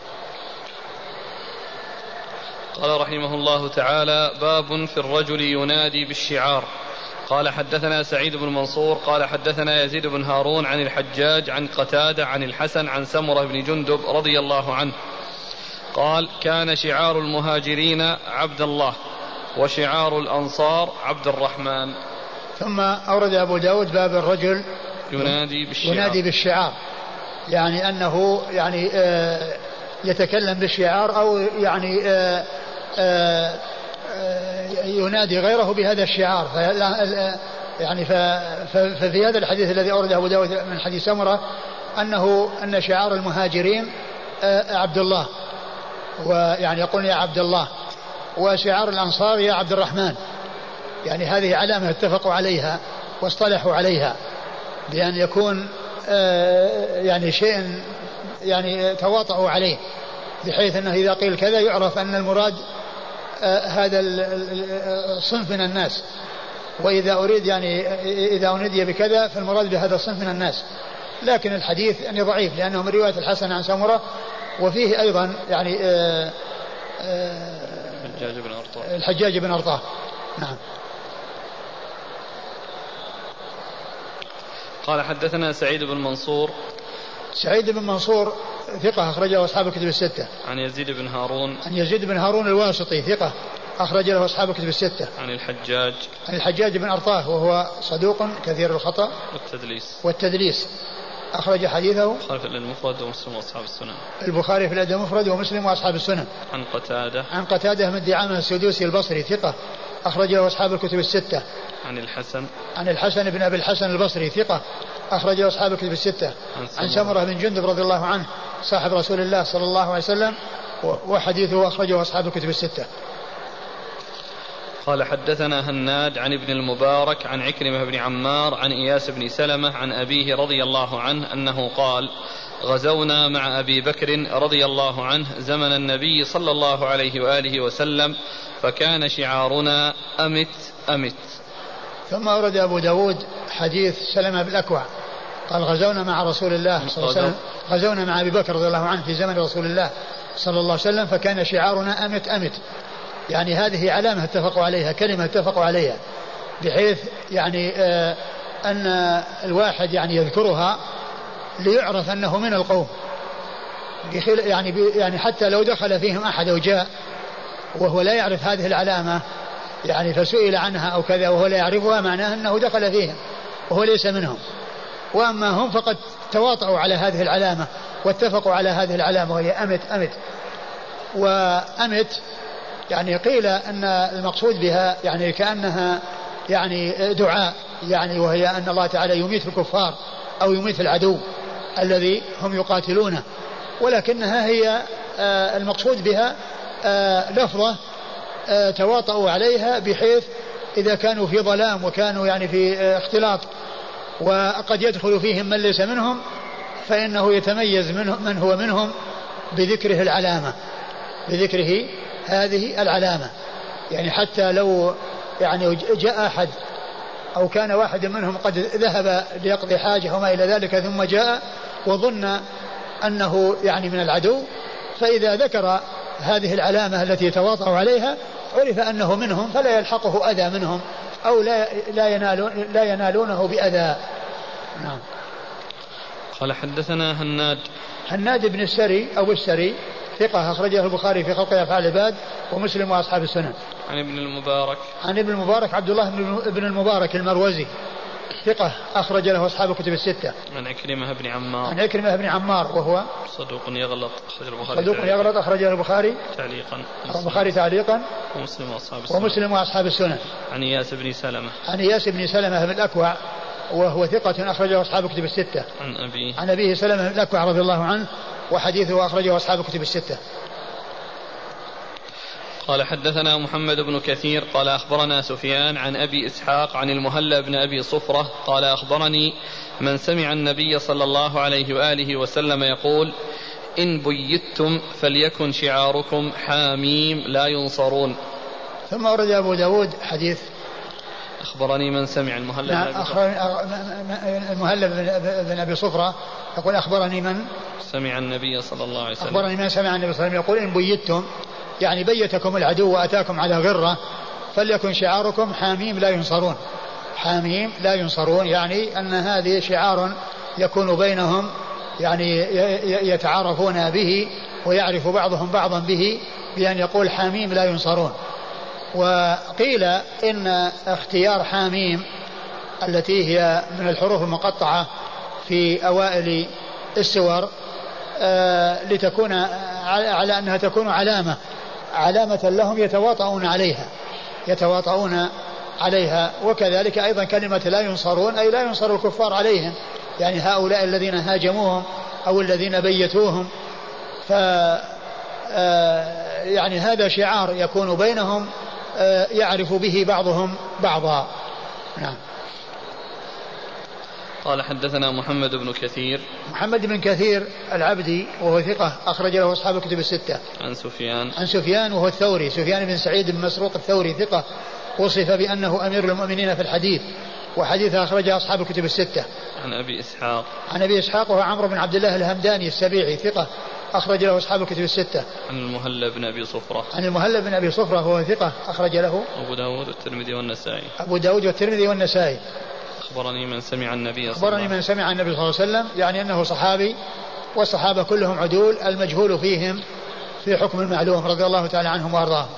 قال رحمه الله تعالى باب في الرجل ينادي بالشعار. قال حدثنا سعيد بن منصور قال حدثنا يزيد بن هارون عن الحجاج عن قتادة عن الحسن عن سمرة بن جندب رضي الله عنه قال كان شعار المهاجرين عبد الله وشعار الأنصار عبد الرحمن. ثم أورد أبو داود باب الرجل ينادي بالشعار, ينادي بالشعار يعني أنه يعني آه يتكلم بالشعار أو يعني آه آه ينادي غيره بهذا الشعار. يعني ففي هذا الحديث الذي أورده أبو داود من حديث سمرة أنه أن شعار المهاجرين عبد الله، ويعني يقول يا عبد الله، وشعار الأنصار يا عبد الرحمن. يعني هذه علامة اتفقوا عليها واصطلحوا عليها بأن يكون يعني شيء يعني تواطؤوا عليه، بحيث أنه إذا قيل كذا يعرف أن المراد هذا الصنف من الناس، وإذا أريد يعني إذا أنادي بكذا فالمراد بهذا الصنف من الناس. لكن الحديث يعني ضعيف لأنه من رواية الحسن عن سمرة، وفيه أيضا يعني آآ آآ الحجاج بن أرطاه. الحجاج بن أرطاه. نعم. قال حدثنا سعيد بن منصور. سعيد بن منصور ثقة أخرجه أصحاب الكتب الستة. عن يزيد بن هارون. عن يزيد بن هارون الواسطي ثقة أخرج له أصحاب الكتب الستة. عن الحجاج. عن الحجاج بن أرطاه وهو صدوق كثير الخطأ والتدليس. والتدليس أخرج حديثه البخاري في الأدب المفرد ومسلم وأصحاب السنن. البخاري في الأدب المفرد ومسلم وأصحاب السنن. عن قتادة. عن قتادة من دعامة السدوسي البصري ثقة أخرجه أصحاب الكتب الستة. عن الحسن عن الحسن بن أبي الحسن البصري ثقة أخرجه أصحاب الكتب الستة. عن سمرة بن جندب رضي الله عنه صاحب رسول الله صلى الله عليه وسلم وحديثه أخرجه أصحاب الكتب الستة. قال حدثنا هناد عن ابن المبارك عن عكرمة بن عمار عن إياس بن سلمة عن أبيه رضي الله عنه أنه قال غزونا مع أبي بكر رضي الله عنه زمن النبي صلى الله عليه وآله وسلم فكان شعارنا أمت أمت. ثم أورد أبو داود حديث سلمة بن الأكوع قال غزونا مع رسول الله صلى الله عليه وسلم غزونا مع أبي بكر رضي الله عنه في زمن رسول الله صلى الله عليه وسلم فكان شعارنا أمت أمت، يعني هذه علامة اتفقوا عليها، كلمة اتفقوا عليها، بحيث يعني آه أن الواحد يعني يذكرها ليعرف أنه من القوم، يعني يعني حتى لو دخل فيهم أحد أو جاء وهو لا يعرف هذه العلامة يعني فسئل عنها أو كذا وهو لا يعرفها معناه أنه دخل فيهم وهو ليس منهم. وأما هم فقد تواطؤوا على هذه العلامة واتفقوا على هذه العلامة وهي أمت أمت. وأمت يعني قيل أن المقصود بها يعني كأنها يعني دعاء، يعني وهي أن الله تعالى يميت الكفار أو يميت العدو الذي هم يقاتلونه، ولكنها هي آه المقصود بها آه لفظة آه تواطؤوا عليها بحيث إذا كانوا في ظلام وكانوا يعني في آه اختلاط وقد يدخل فيهم من ليس منهم فإنه يتميز منه من هو منهم بذكره العلامة، بذكره هذه العلامة. يعني حتى لو يعني جاء أحد أو كان واحد منهم قد ذهب ليقضي حاجة وما إلى ذلك ثم جاء وظن أنه يعني من العدو، فإذا ذكر هذه العلامة التي يتواطأ عليها عرف أنه منهم فلا يلحقه أذى منهم أو لا لا ينالون لا ينالونه بأذى. نعم. قال حدثنا هناد هناد بن السري أو السري ثقة أخرجه البخاري في خلق أفعال العباد ومسلم وأصحاب السنن. عن ابن المبارك عن ابن المبارك عبد الله بن المبارك المروزي ثقة أخرج له أصحاب الكتب الستة. عن عكرمة بن عمار عن عكرمة بن عمار وهو صدوق يغلط أخرج البخاري صدوق يغلط أخرجه البخاري تعليقا البخاري تعليقا ومسلم وأصحاب السنن. ومسلم وأصحاب السنن. عن إياس بن سلمة عن إياس بن سلمة بن الأكوع وهو ثقة أخرجه أصحاب الكتب الستة. عن أبيه عن أبيه سلمة بن الأكوع رضي الله عنه وحديثه أخرجه أصحاب الكتب الستة. قال حدثنا محمد بن كثير قال أخبرنا سفيان عن أبي إسحاق عن المهلب بن أبي صفرة قال أخبرني من سمع النبي صلى الله عليه وآله وسلم يقول إن بيتم فليكن شعاركم حاميم لا ينصرون. ثم ورد أبو داود حديث أخبرني من سمع المهلب نعم المهلب بن أبي صفرة يقول أخبرني من سمع النبي صلى الله عليه وسلم أخبرني من سمع النبي صلى الله عليه وسلم يقول إن بيتم يعني بيتكم العدو وأتاكم على غرة فليكن شعاركم حاميم لا ينصرون. حاميم لا ينصرون يعني أن هذه شعار يكون بينهم يعني يتعارفون به ويعرف بعضهم بعضا به بأن يقول حاميم لا ينصرون. وقيل إن اختيار حاميم التي هي من الحروف المقطعة في أوائل السور آه لتكون على أنها تكون علامة علامة لهم يتواطؤون عليها يتواطؤون عليها. وكذلك أيضا كلمة لا ينصرون أي لا ينصر الكفار عليهم، يعني هؤلاء الذين هاجموهم أو الذين بيتوهم. ف يعني هذا شعار يكون بينهم يعرف به بعضهم بعضا. نعم. قال حدثنا محمد بن كثير محمد بن كثير العبدي وهو ثقة أخرج له أصحاب الكتب الستة. عن سفيان عن سفيان وهو الثوري سفيان بن سعيد بن مسروق الثوري ثقة وصف بأنه أمير المؤمنين في الحديث وحديثه أخرج أصحاب الكتب الستة. عن أبي إسحاق عن أبي إسحاق وهو عمرو بن عبد الله الهمداني السبيعي ثقة أخرج له أصحاب الكتب الستة. عن المهلب بن أبي صفرة عن المهلب بن أبي صفرة وهو ثقة أخرج له أبو داود والترمذي والنسائي أبو داود والترمذي والنسائي. أخبرني من سمع النبي أخبرني من سمع النبي صلى الله عليه وسلم يعني أنه صحابي والصحابة كلهم عدول المجهول فيهم في حكم المعلوم رضي الله تعالى عنهم وأرضاهم.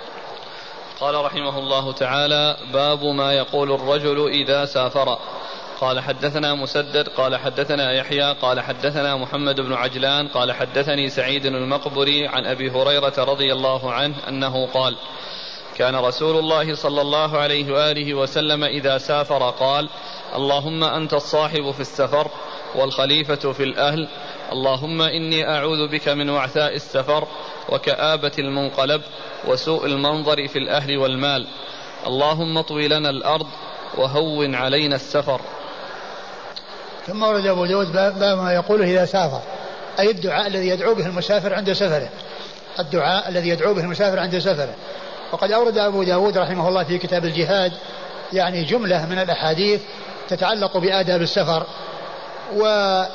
قال رحمه الله تعالى باب ما يقول الرجل إذا سافر. قال حدثنا مسدد قال حدثنا يحيى قال حدثنا محمد بن عجلان قال حدثني سعيد المقبري عن أبي هريرة رضي الله عنه أنه قال كان رسول الله صلى الله عليه وآله وسلم إذا سافر قال اللهم أنت الصاحب في السفر والخليفة في الأهل اللهم إني أعوذ بك من وعثاء السفر وكآبة المنقلب وسوء المنظر في الأهل والمال اللهم اطوي لنا الأرض وهون علينا السفر. ثم ورد أبو داود باب ما يقوله إذا سافر، أي الدعاء الذي يدعو به المسافر عند سفره، الدعاء الذي يدعو به المسافر عند سفره. وقد أورد أبو داود رحمه الله في كتاب الجهاد يعني جملة من الأحاديث تتعلق بآداب السفر، و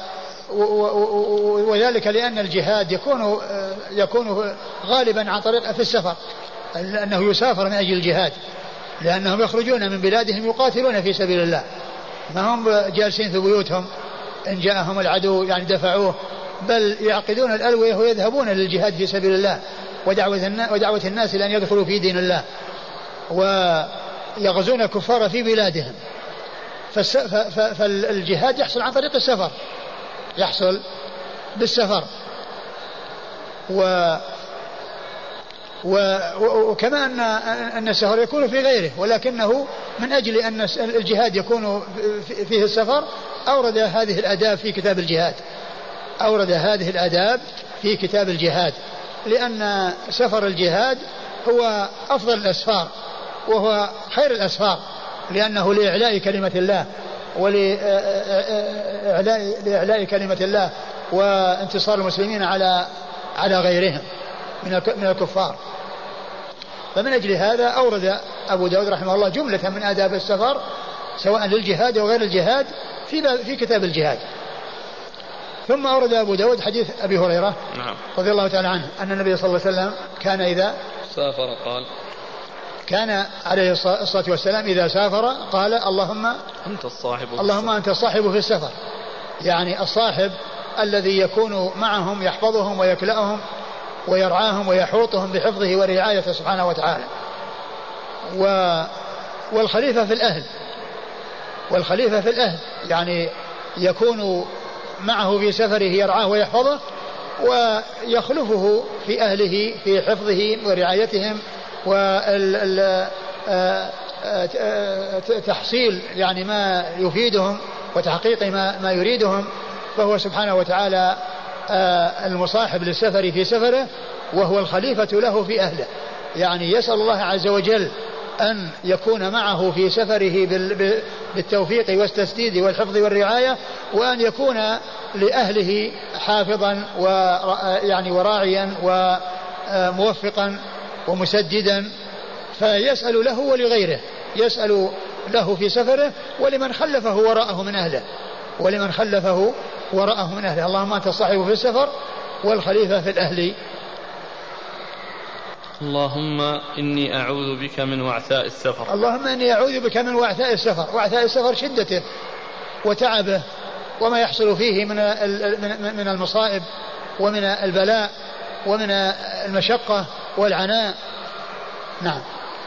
وذلك لأن الجهاد يكون يكون غالبا عن طريق في السفر، أنه يسافر من أجل الجهاد، لأنهم يخرجون من بلادهم يقاتلون في سبيل الله، ما هم جالسين في بيوتهم إن جاءهم العدو يعني دفعوه، بل يعقدون الألوية ويذهبون للجهاد في سبيل الله ودعوة الناس لأن يدخلوا في دين الله، ويغزون الكفار في بلادهم. فالجهاد يحصل عن طريق السفر، يحصل بالسفر. و وكما أن أن السفر يكون في غيره، ولكنه من أجل أن الجهاد يكون فيه السفر أورد هذه الآداب في كتاب الجهاد، أورد هذه الآداب في كتاب الجهاد، لأن سفر الجهاد هو أفضل الأسفار وهو خير الأسفار، لأنه لإعلاء كلمة الله ولإعلاء كلمة الله وانتصار المسلمين على على غيرهم من الكفار. فمن أجل هذا أورد أبو داود رحمه الله جملة من آداب السفر سواء للجهاد أو غير الجهاد في في كتاب الجهاد. ثم أورد أبو داود حديث أبي هريرة نعم. رضي الله تعالى عنه أن النبي صلى الله عليه وسلم كان إذا سافر قال كان عليه الصلاة والسلام إذا سافر قال اللهم أنت الصاحب اللهم أنت الصاحب في السفر، يعني الصاحب الذي يكون معهم يحفظهم ويكلأهم ويرعاهم ويحوطهم بحفظه ورعايته سبحانه وتعالى. و والخليفة في الأهل، والخليفة في الأهل يعني يكون معه في سفره يرعاه ويحفظه ويخلفه في أهله في حفظهم ورعايتهم وتحصيل يعني ما يفيدهم وتحقيق ما, ما يريدهم. فهو سبحانه وتعالى المصاحب للسفر في سفره وهو الخليفة له في أهله، يعني يسأل الله عز وجل أن يكون معه في سفره بالتوفيق والتسديد والحفظ والرعاية، وأن يكون لأهله حافظا ويعني وراعيا وموفقا ومسددا، فيسأل له ولغيره، يسأل له في سفره ولمن خلفه وراءه من أهله ولمن خلفه وراءه من أهله. اللهم أنت الصاحب في السفر والخليفة في الأهل. اللهم إني أعوذ بك من وعثاء السفر. اللهم إني أعوذ بك من وعثاء السفر. وعثاء السفر شدته وتعبه وما يحصل فيه من من المصائب ومن البلاء ومن المشقة والعناء. نعم.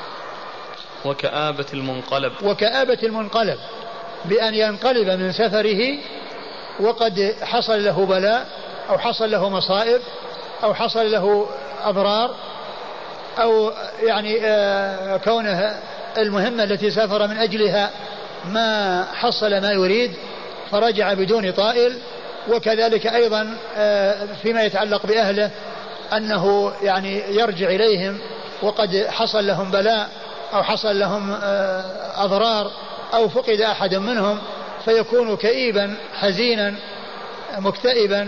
وكآبة المنقلب. وكآبة المنقلب بأن ينقلب من سفره وقد حصل له بلاء أو حصل له مصائب أو حصل له أضرار، أو يعني كونه المهمة التي سافر من أجلها ما حصل ما يريد فرجع بدون طائل. وكذلك أيضا فيما يتعلق بأهله أنه يعني يرجع إليهم وقد حصل لهم بلاء أو حصل لهم أضرار أو فقد أحد منهم، فيكون كئيبا حزينا مكتئبا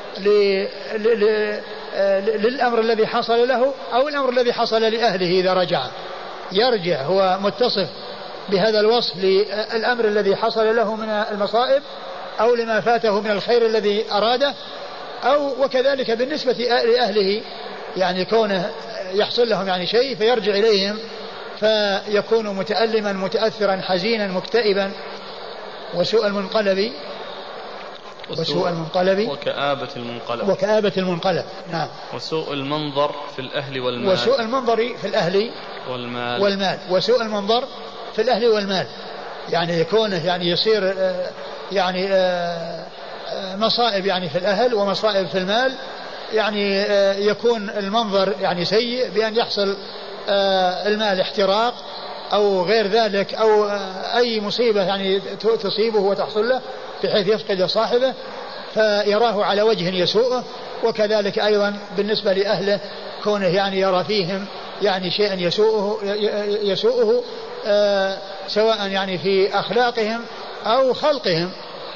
للأمر الذي حصل له أو الأمر الذي حصل لأهله. إذا رجع يرجع هو متصف بهذا الوصف للأمر الذي حصل له من المصائب أو لما فاته من الخير الذي أراده، أو وكذلك بالنسبة لأهله يعني كونه يحصل لهم يعني شيء فيرجع إليهم فيكون متألما متأثرا حزينا مكتئبا. وسوء المنقلب وسوء المنقلب وكآبة المنقلب وكآبة المنقلب. نعم. وسوء المنظر في الأهل والمال. وسوء المنظر في الأهل والمال والمال. وسوء المنظر في الأهل والمال، يعني يكونه يعني يصير يعني مصائب يعني في الأهل ومصائب في المال، يعني يكون المنظر يعني سيء بأن يحصل المال احتراق أو غير ذلك أو أي مصيبة يعني تصيبه وتحصل له بحيث يفقد صاحبه فيراه على وجه يسوءه. وكذلك أيضا بالنسبة لأهله كونه يعني يرى فيهم يعني شيئا يسوءه, يسوءه آه سواء يعني في أخلاقهم أو خلقهم.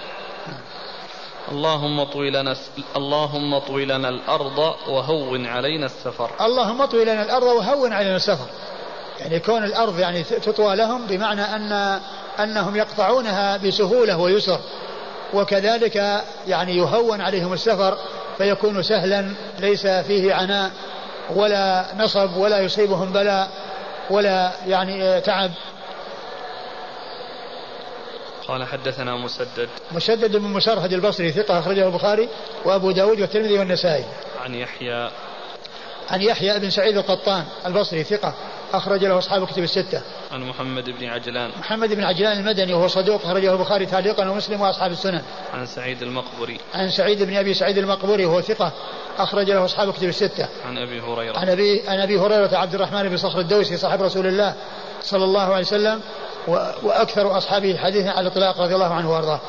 اللهم طوي لنا اللهم طوي لنا الأرض وهون علينا السفر. اللهم طوي لنا الأرض وهون علينا السفر، يعني كون الأرض يعني تطوى لهم بمعنى أن أنهم يقطعونها بسهولة ويسر، وكذلك يعني يهون عليهم السفر فيكون سهلا ليس فيه عناء ولا نصب ولا يصيبهم بلاء ولا يعني تعب. قال حدثنا مسدد مسدد بن مسرهد البصري ثقة أخرجه البخاري وأبو داود والترمذي والنسائي. عن يحيى عن يحيى بن سعيد القطان البصري ثقة أخرج له أصحاب كتب الستة. عن محمد بن عجلان محمد بن عجلان المدني وهو صدوق أخرجه البخاري تعليقا ومسلم وأصحاب السنن. عن سعيد المقبري عن سعيد بن أبي سعيد المقبري وهو ثقة أخرج له أصحاب كتب الستة. عن أبي هريرة عن أبي, عن أبي هريرة عبد الرحمن بن صخر الدوسي صاحب رسول الله صلى الله عليه وسلم وأكثر أصحابه حديثا على الإطلاق رضي الله عنه وأرضاه.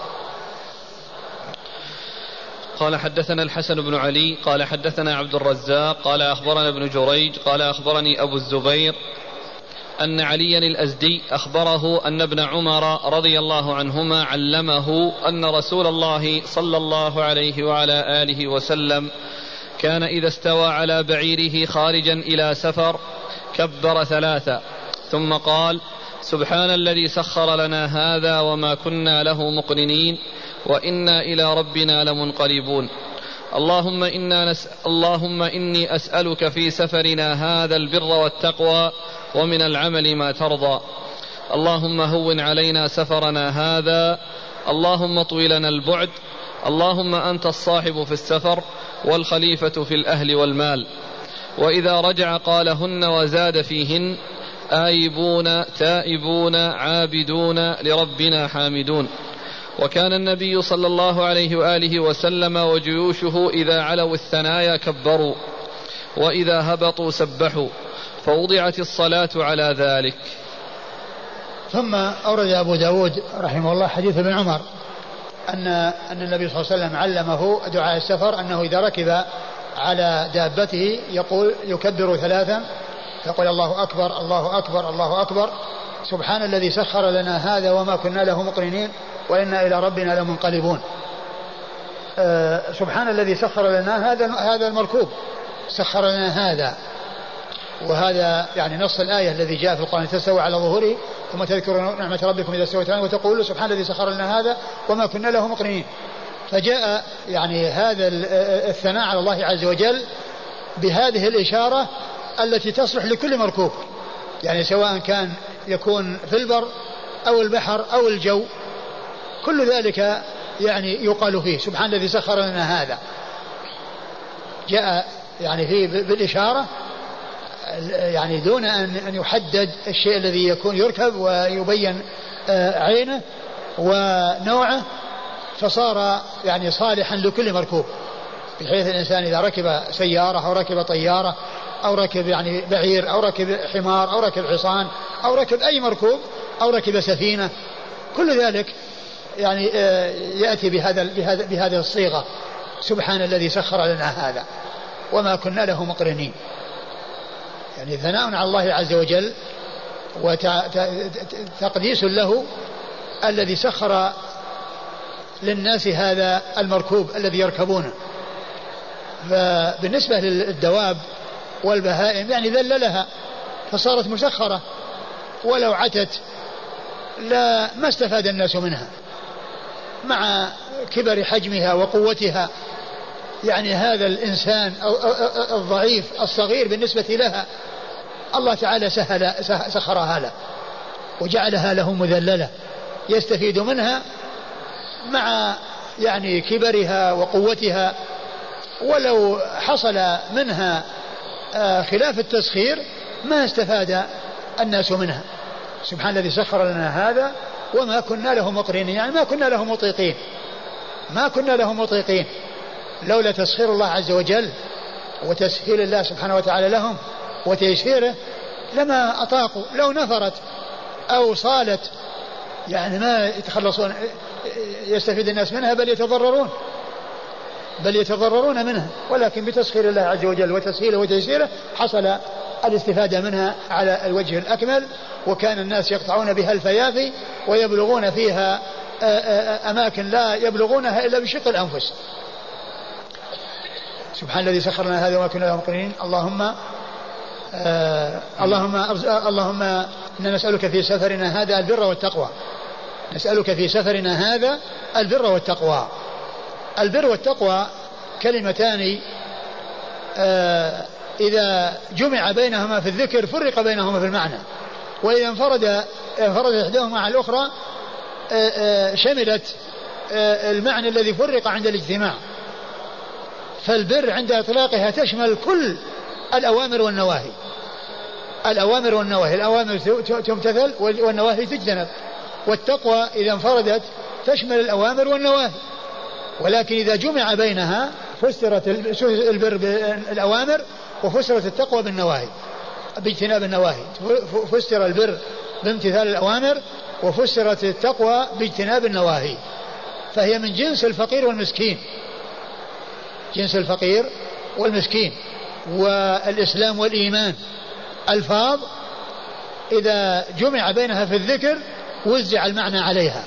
قال حدثنا الحسن بن علي قال حدثنا عبد الرزاق قال أخبرنا ابن جريج قال أخبرني أبو الزبير أن عليا الأزدي أخبره أن ابن عمر رضي الله عنهما علمه أن رسول الله صلى الله عليه وعلى آله وسلم كان إذا استوى على بعيره خارجا إلى سفر كبر ثلاثا ثم قال سبحان الذي سخر لنا هذا وما كنا له مقرنين وإنا إلى ربنا لمنقلبون. اللهم, إنا نس... اللهم إني أسألك في سفرنا هذا البر والتقوى ومن العمل ما ترضى. اللهم هون علينا سفرنا هذا. اللهم طوي لنا البعد. اللهم أنت الصاحب في السفر والخليفة في الأهل والمال. وإذا رجع قالهن وزاد فيهن آيبون تائبون عابدون لربنا حامدون. وكان النبي صلى الله عليه وآله وسلم وجيوشه إذا علوا الثنايا كبروا وإذا هبطوا سبحوا فوضعت الصلاة على ذلك. ثم أورد أبو داود رحمه الله حديث ابن عمر أن, أن النبي صلى الله عليه وسلم علمه دعاء السفر أنه إذا ركب على دابته يقول يكبر ثلاثا يقول الله أكبر الله أكبر الله أكبر سبحان الذي سخر لنا هذا وما كنا له مقرنين وإنا إلى ربنا لمنقلبون. أه سبحان الذي سخر لنا هذا هذا المركوب سخر لنا هذا، وهذا يعني نص الآية الذي جاء في القرآن تستوى على ظهوره ثم تذكروا نعمة ربكم إذا استويت عليه وتقولوا سبحان الذي سخر لنا هذا وما كنا له مقرنين. فجاء يعني هذا الثناء على الله عز وجل بهذه الإشارة التي تصلح لكل مركوب، يعني سواء كان يكون في البر أو البحر أو الجو كل ذلك يعني يقال فيه سبحان الذي سخر لنا هذا. جاء يعني فيه بالإشارة يعني دون أن يحدد الشيء الذي يكون يركب ويبين عينه ونوعه، فصار يعني صالحا لكل مركوب، بحيث الإنسان إذا ركب سيارة أو ركب طيارة أو ركب يعني بعير أو ركب حمار أو ركب حصان أو ركب أي مركوب أو ركب سفينة كل ذلك يعني يأتي بهذا بهذا بهذه الصيغة سبحان الذي سخر لنا هذا وما كنا له مقرنين، يعني ثناء على الله عز وجل وتقديس له الذي سخر للناس هذا المركوب الذي يركبونه. فبالنسبة للدواب والبهائم يعني ذللها فصارت مسخرة، ولو عتت لا ما استفاد الناس منها مع كبر حجمها وقوتها، يعني هذا الإنسان الضعيف الصغير بالنسبة لها الله تعالى سهل سخرها له وجعلها له مذللة يستفيد منها مع يعني كبرها وقوتها، ولو حصل منها خلاف التسخير ما استفاد الناس منها. سبحان الذي سخر لنا هذا وما كنا له مقرنين، يعني ما كنا له مطيقين ما كنا له مطيقين لولا تسخير الله عز وجل وتسهيل الله سبحانه وتعالى لهم وتيسيره لما أطاقوا. لو نفرت أو صالت يعني ما يتخلصون يستفيد الناس منها، بل يتضررون بل يتضررون منها، ولكن بتسخير الله عز وجل وتسهيله وتيسيره حصل الاستفادة منها على الوجه الأكمل، وكان الناس يقطعون بها الفيافي ويبلغون فيها أماكن لا يبلغونها إلا بشق الأنفس. سبحان الذي سخر لنا هذا وما كنا له مقرنين. اللهم آه اللهم اللهم إنا نسألك في سفرنا هذا البر والتقوى. نسألك في سفرنا هذا البر والتقوى. البر والتقوى كلمتان آه إذا جمع بينهما في الذكر فرق بينهما في المعنى، وإذا انفرد انفرد إحداهما على الأخرى آه آه شملت آه المعنى الذي فرق عند الاجتماع. فالبر عند إطلاقها تشمل كل الأوامر والنواهي. الأوامر والنواهي الأوامر تمتثل والنواهي تجتنب. والتقوى إذا انفردت تشمل الأوامر والنواهي، ولكن إذا جمع بينها فسرت البر بالأوامر وفسرت التقوى بالنواهي باجتناب النواهي. فسر البر بامتثال الأوامر وفسرت التقوى باجتناب النواهي، فهي من جنس الفقير والمسكين، جنس الفقير والمسكين. والإسلام والإيمان ألفاظ إذا جمع بينها في الذكر وزع المعنى عليها،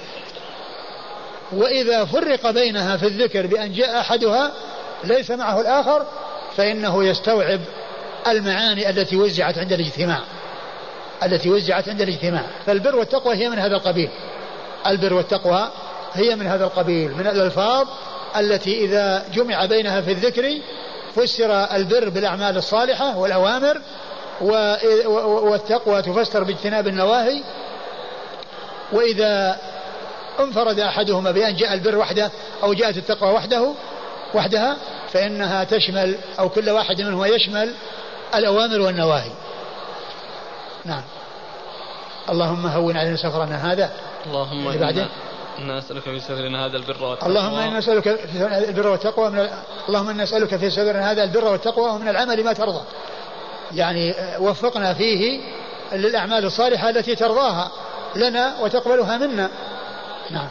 وإذا فرق بينها في الذكر بأن جاء أحدها ليس معه الآخر فإنه يستوعب المعاني التي وزعت عند الاجتماع التي وزعت عند الاجتماع. فالبر والتقوى هي من هذا القبيل. البر والتقوى هي من هذا القبيل من الألفاظ التي إذا جمع بينها في الذكر فسر البر بالأعمال الصالحة والأوامر، والتقوى تفسر باجتناب النواهي. وإذا انفرد أحدهما بأن جاء البر وحده أو جاءت التقوى وحده وحدها فإنها تشمل أو كل واحد منهما يشمل الأوامر والنواهي. نعم. اللهم هون علينا سفرنا هذا. اللهم إنا نسألك في سفرنا هذا البر والتقوى. اللهم إنا نسألك في البر والتقوى من ال... اللهم إنا نسألك في سفرنا هذا البر والتقوى ومن العمل ما ترضى، يعني وفقنا فيه للأعمال الصالحة التي ترضاها لنا وتقبلها منا. نعم.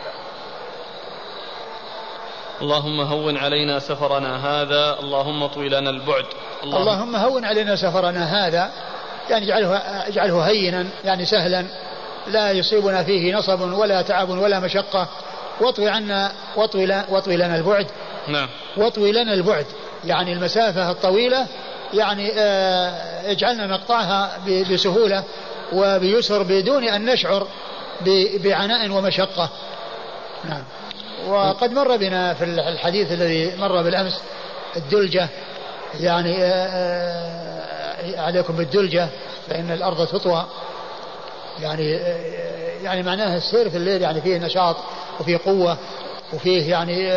اللهم هون علينا سفرنا هذا، اللهم اطوي لنا البعد. اللهم, اللهم هون علينا سفرنا هذا، يعني اجعله اجعله هينا يعني سهلا لا يصيبنا فيه نصب ولا تعب ولا مشقة. واطوي عنا واطوي, واطوي لنا البعد. نعم. واطوي لنا البعد يعني المسافة الطويلة، يعني اه اجعلنا نقطعها بسهولة وبيسر بدون أن نشعر بعناء ومشقة. نعم. وقد مر بنا في الحديث الذي مر بالأمس الدلجة، يعني عليكم بالدلجة فإن الأرض تطوى، يعني يعني معناها السير في الليل يعني فيه نشاط وفيه قوة وفيه يعني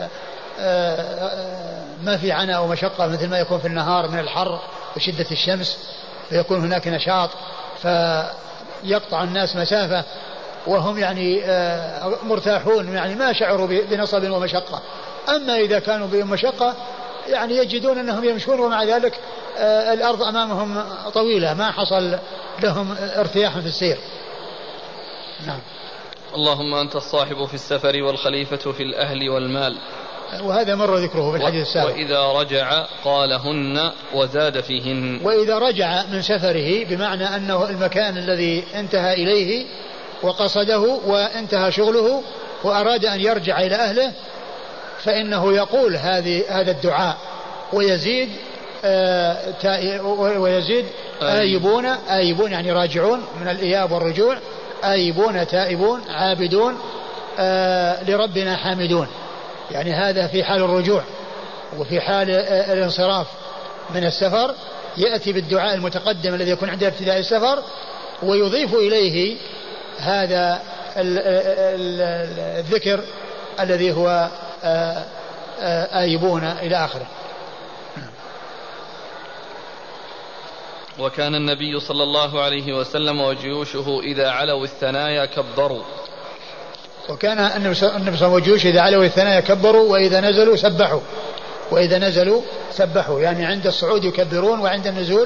ما في عناء ومشقة مثل ما يكون في النهار من الحر وشدة الشمس، فيكون هناك نشاط فيقطع الناس مسافة وهم يعني مرتاحون، يعني ما شعروا بنصب ومشقة. أما إذا كانوا بمشقة يعني يجدون أنهم يمشون ومع ذلك الأرض أمامهم طويلة ما حصل لهم ارتياح في السير. نعم. اللهم أنت الصاحب في السفر والخليفة في الأهل والمال. وهذا مر ذكره في الحديث السابق. وإذا رجع قالهن وزاد فيهن. وإذا رجع من سفره بمعنى أنه المكان الذي انتهى إليه وقصده وانتهى شغله وأراد أن يرجع إلى أهله فإنه يقول هذه هذا الدعاء ويزيد آه ويزيد آيبون آيبون يعني راجعون من الإياب والرجوع، آيبون تائبون عابدون آه لربنا حامدون، يعني هذا في حال الرجوع. وفي حال آه الانصراف من السفر يأتي بالدعاء المتقدم الذي يكون عند ابتداء السفر ويضيف إليه هذا الذكر الذي هو آيبون إلى آخره. وكان النبي صلى الله عليه وسلم وجيوشه إذا علوا الثنايا كبروا. وكان النبي صلى الله عليه وسلم وجيوشه إذا علوا الثنايا كبروا وإذا نزلوا سبحوا وإذا نزلوا سبحوا، يعني عند الصعود يكبرون وعند النزول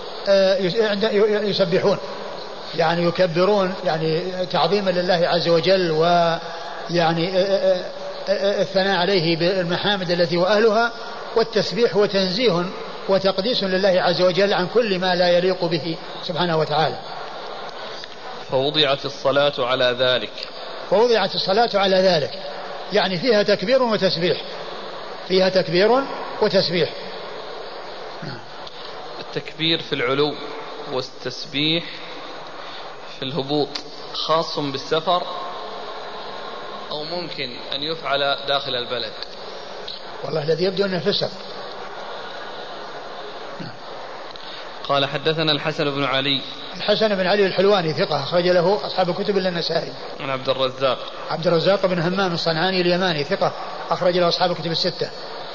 يسبحون، يعني يكبرون يعني تعظيما لله عز وجل، ويعني الثناء عليه بالمحامد التي وأهلها، والتسبيح وتنزيه وتقديس لله عز وجل عن كل ما لا يليق به سبحانه وتعالى. فوضعت الصلاة على ذلك. فوضعت الصلاة على ذلك، يعني فيها تكبير وتسبيح، فيها تكبير وتسبيح. التكبير في العلو والتسبيح في الهبوط خاص بالسفر أو ممكن أن يفعل داخل البلد؟ والله الذي يبدو أنه في السفر. قال حدثنا الحسن بن علي. الحسن بن علي الحلواني ثقة أخرج له أصحاب الكتب إلا النسائي. عن عبد الرزاق. عبد الرزاق بن همام الصنعاني اليماني ثقة أخرج له أصحاب الكتب الستة.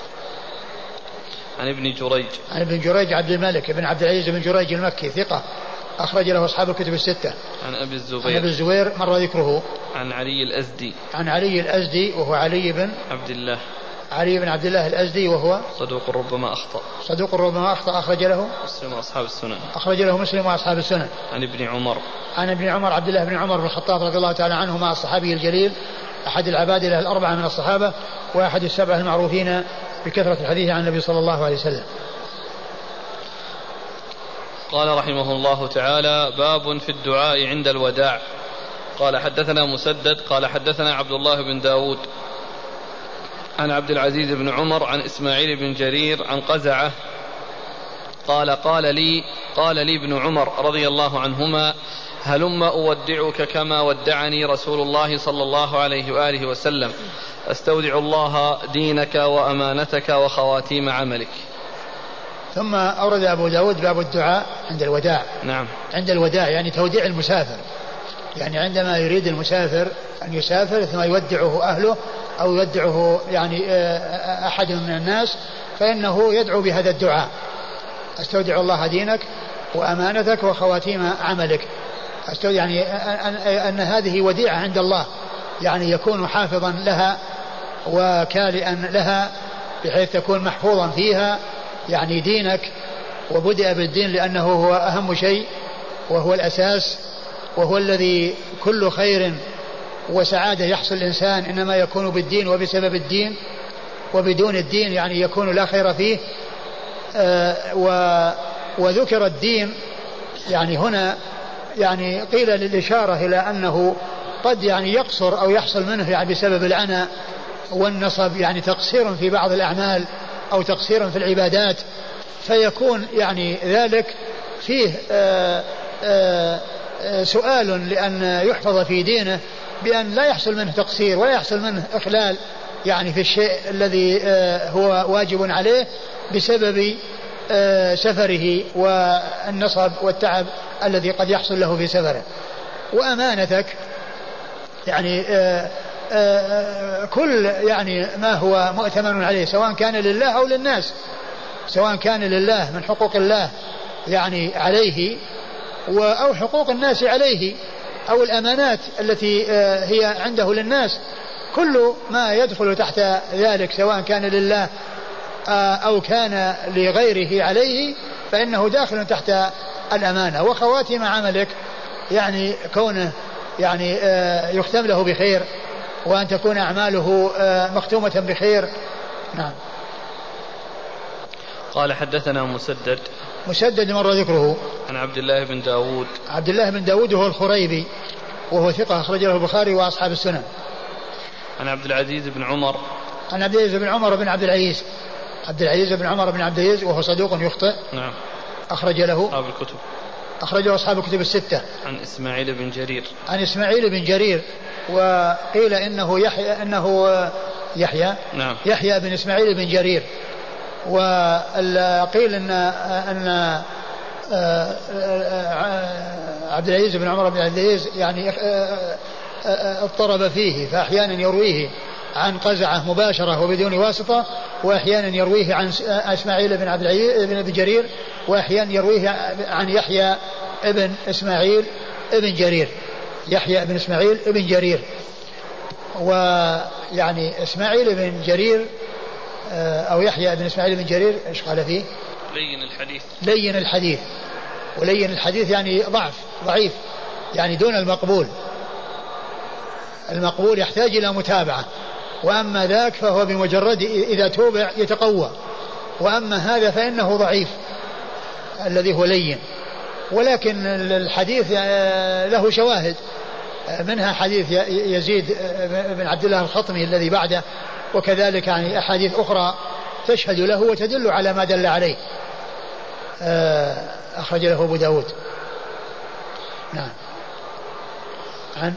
عن ابن جريج. عن ابن جريج عبد الملك بن عبد العزيز بن جريج المكي ثقة أخرج له أصحاب الكتب الستة. عن أبي الزبير. عن أبي الزبير مر ذكره. عن علي الأزدي. عن علي الأزدي وهو علي بن عبد الله. علي بن عبد الله الأزدي وهو صدوق ربما أخطأ. صدوق ربما أخطأ أخرج له مسلم وأصحاب السنن. أخرج له مسلم وأصحاب السنن. عن ابن عمر. عن ابن عمر عبد الله بن عمر بن الخطاب رضي الله تعالى عنهما الصحابي الجليل أحد العبادلة الأربعة من الصحابة وأحد السبعة المعروفين بكثرة الحديث عن النبي صلى الله عليه وسلم. قال رحمه الله تعالى: باب في الدعاء عند الوداع. قال حدثنا مسدد قال حدثنا عبد الله بن داود عن عبد العزيز بن عمر عن إسماعيل بن جرير عن قزعة قال قال لي قال لي ابن عمر رضي الله عنهما: هلم أودعك كما ودعني رسول الله صلى الله عليه وآله وسلم، أستودع الله دينك وأمانتك وخواتيم عملك. ثم أورد أبو داود باب الدعاء عند الوداع. نعم. عند الوداع يعني توديع المسافر، يعني عندما يريد المسافر أن يسافر ثم يودعه أهله أو يودعه يعني أحد من الناس، فإنه يدعو بهذا الدعاء: أستودع الله دينك وأمانتك وخواتيم عملك. أستودع يعني أن, أن هذه وديعة عند الله، يعني يكون حافظا لها وكالئا لها بحيث تكون محفوظا فيها، يعني دينك. وبدأ بالدين لأنه هو أهم شيء وهو الأساس وهو الذي كل خير وسعادة يحصل الإنسان إنما يكون بالدين وبسبب الدين، وبدون الدين يعني يكون لا خير فيه. آه وذكر الدين يعني هنا يعني قيل للإشارة إلى أنه قد يعني يقصر أو يحصل منه يعني بسبب العنى والنصب، يعني تقصير في بعض الأعمال أو تقصير في العبادات، فيكون يعني ذلك فيه آآ آآ سؤال لأن يحفظ في دينه بأن لا يحصل منه تقصير ولا يحصل منه إخلال يعني في الشيء الذي هو واجب عليه بسبب سفره والنصب والتعب الذي قد يحصل له في سفره. وأمانتك يعني آآ آآ كل يعني ما هو مؤتمن عليه سواء كان لله أو للناس، سواء كان لله من حقوق الله يعني عليه أو حقوق الناس عليه أو الأمانات التي هي عنده للناس، كل ما يدخل تحت ذلك سواء كان لله أو كان لغيره عليه فإنه داخل تحت الأمانة. وخواتم عملك يعني كونه يعني يختم له بخير وأن تكون أعماله مختومة بخير. نعم. قال حدثنا مسدد. مسدد مر ذكره. عن عبد الله بن داود. عبد الله بن داود هو الخريبي وهو ثقة أخرج له البخاري وأصحاب السنن. عن عبد العزيز بن عمر. عن عبد العزيز بن عمر بن عبد العزيز عبد العزيز بن عمر بن عبد العزيز وهو صدوق يخطئ. نعم. أخرج له أصحاب الكتب. أخرجه أصحاب الكتب الستة. عن إسماعيل بن جرير. عن إسماعيل بن جرير وقيل إنه يحيى إنه يحيى نعم. يحيى بن إسماعيل بن جرير. وقيل إن أن عبد العزيز بن عمر بن عبد العزيز يعني اضطرب فيه فأحيانا يرويه عن قزعة مباشرة وبدون واسطة، وأحيانا يرويه عن إسماعيل بن عبد العزيز بن أبي جرير، وأحيانا يرويه عن يحيى ابن إسماعيل ابن جرير، يحيى بن إسماعيل ابن جرير. ويعني إسماعيل بن جرير أو يحيى بن إسماعيل بن جرير إيش قال فيه؟ لين الحديث. لين الحديث، ولين الحديث يعني ضعف ضعيف، يعني دون المقبول. المقبول يحتاج إلى متابعة، وأما ذاك فهو بمجرد إذا توبع يتقوى، وأما هذا فإنه ضعيف الذي هو لين. ولكن الحديث له شواهد، منها حديث يزيد بن عبد الله الخطمي الذي بعده، وكذلك يعني أحاديث أخرى تشهد له وتدل على ما دل عليه. أخرج له أبو داود. نعم. عن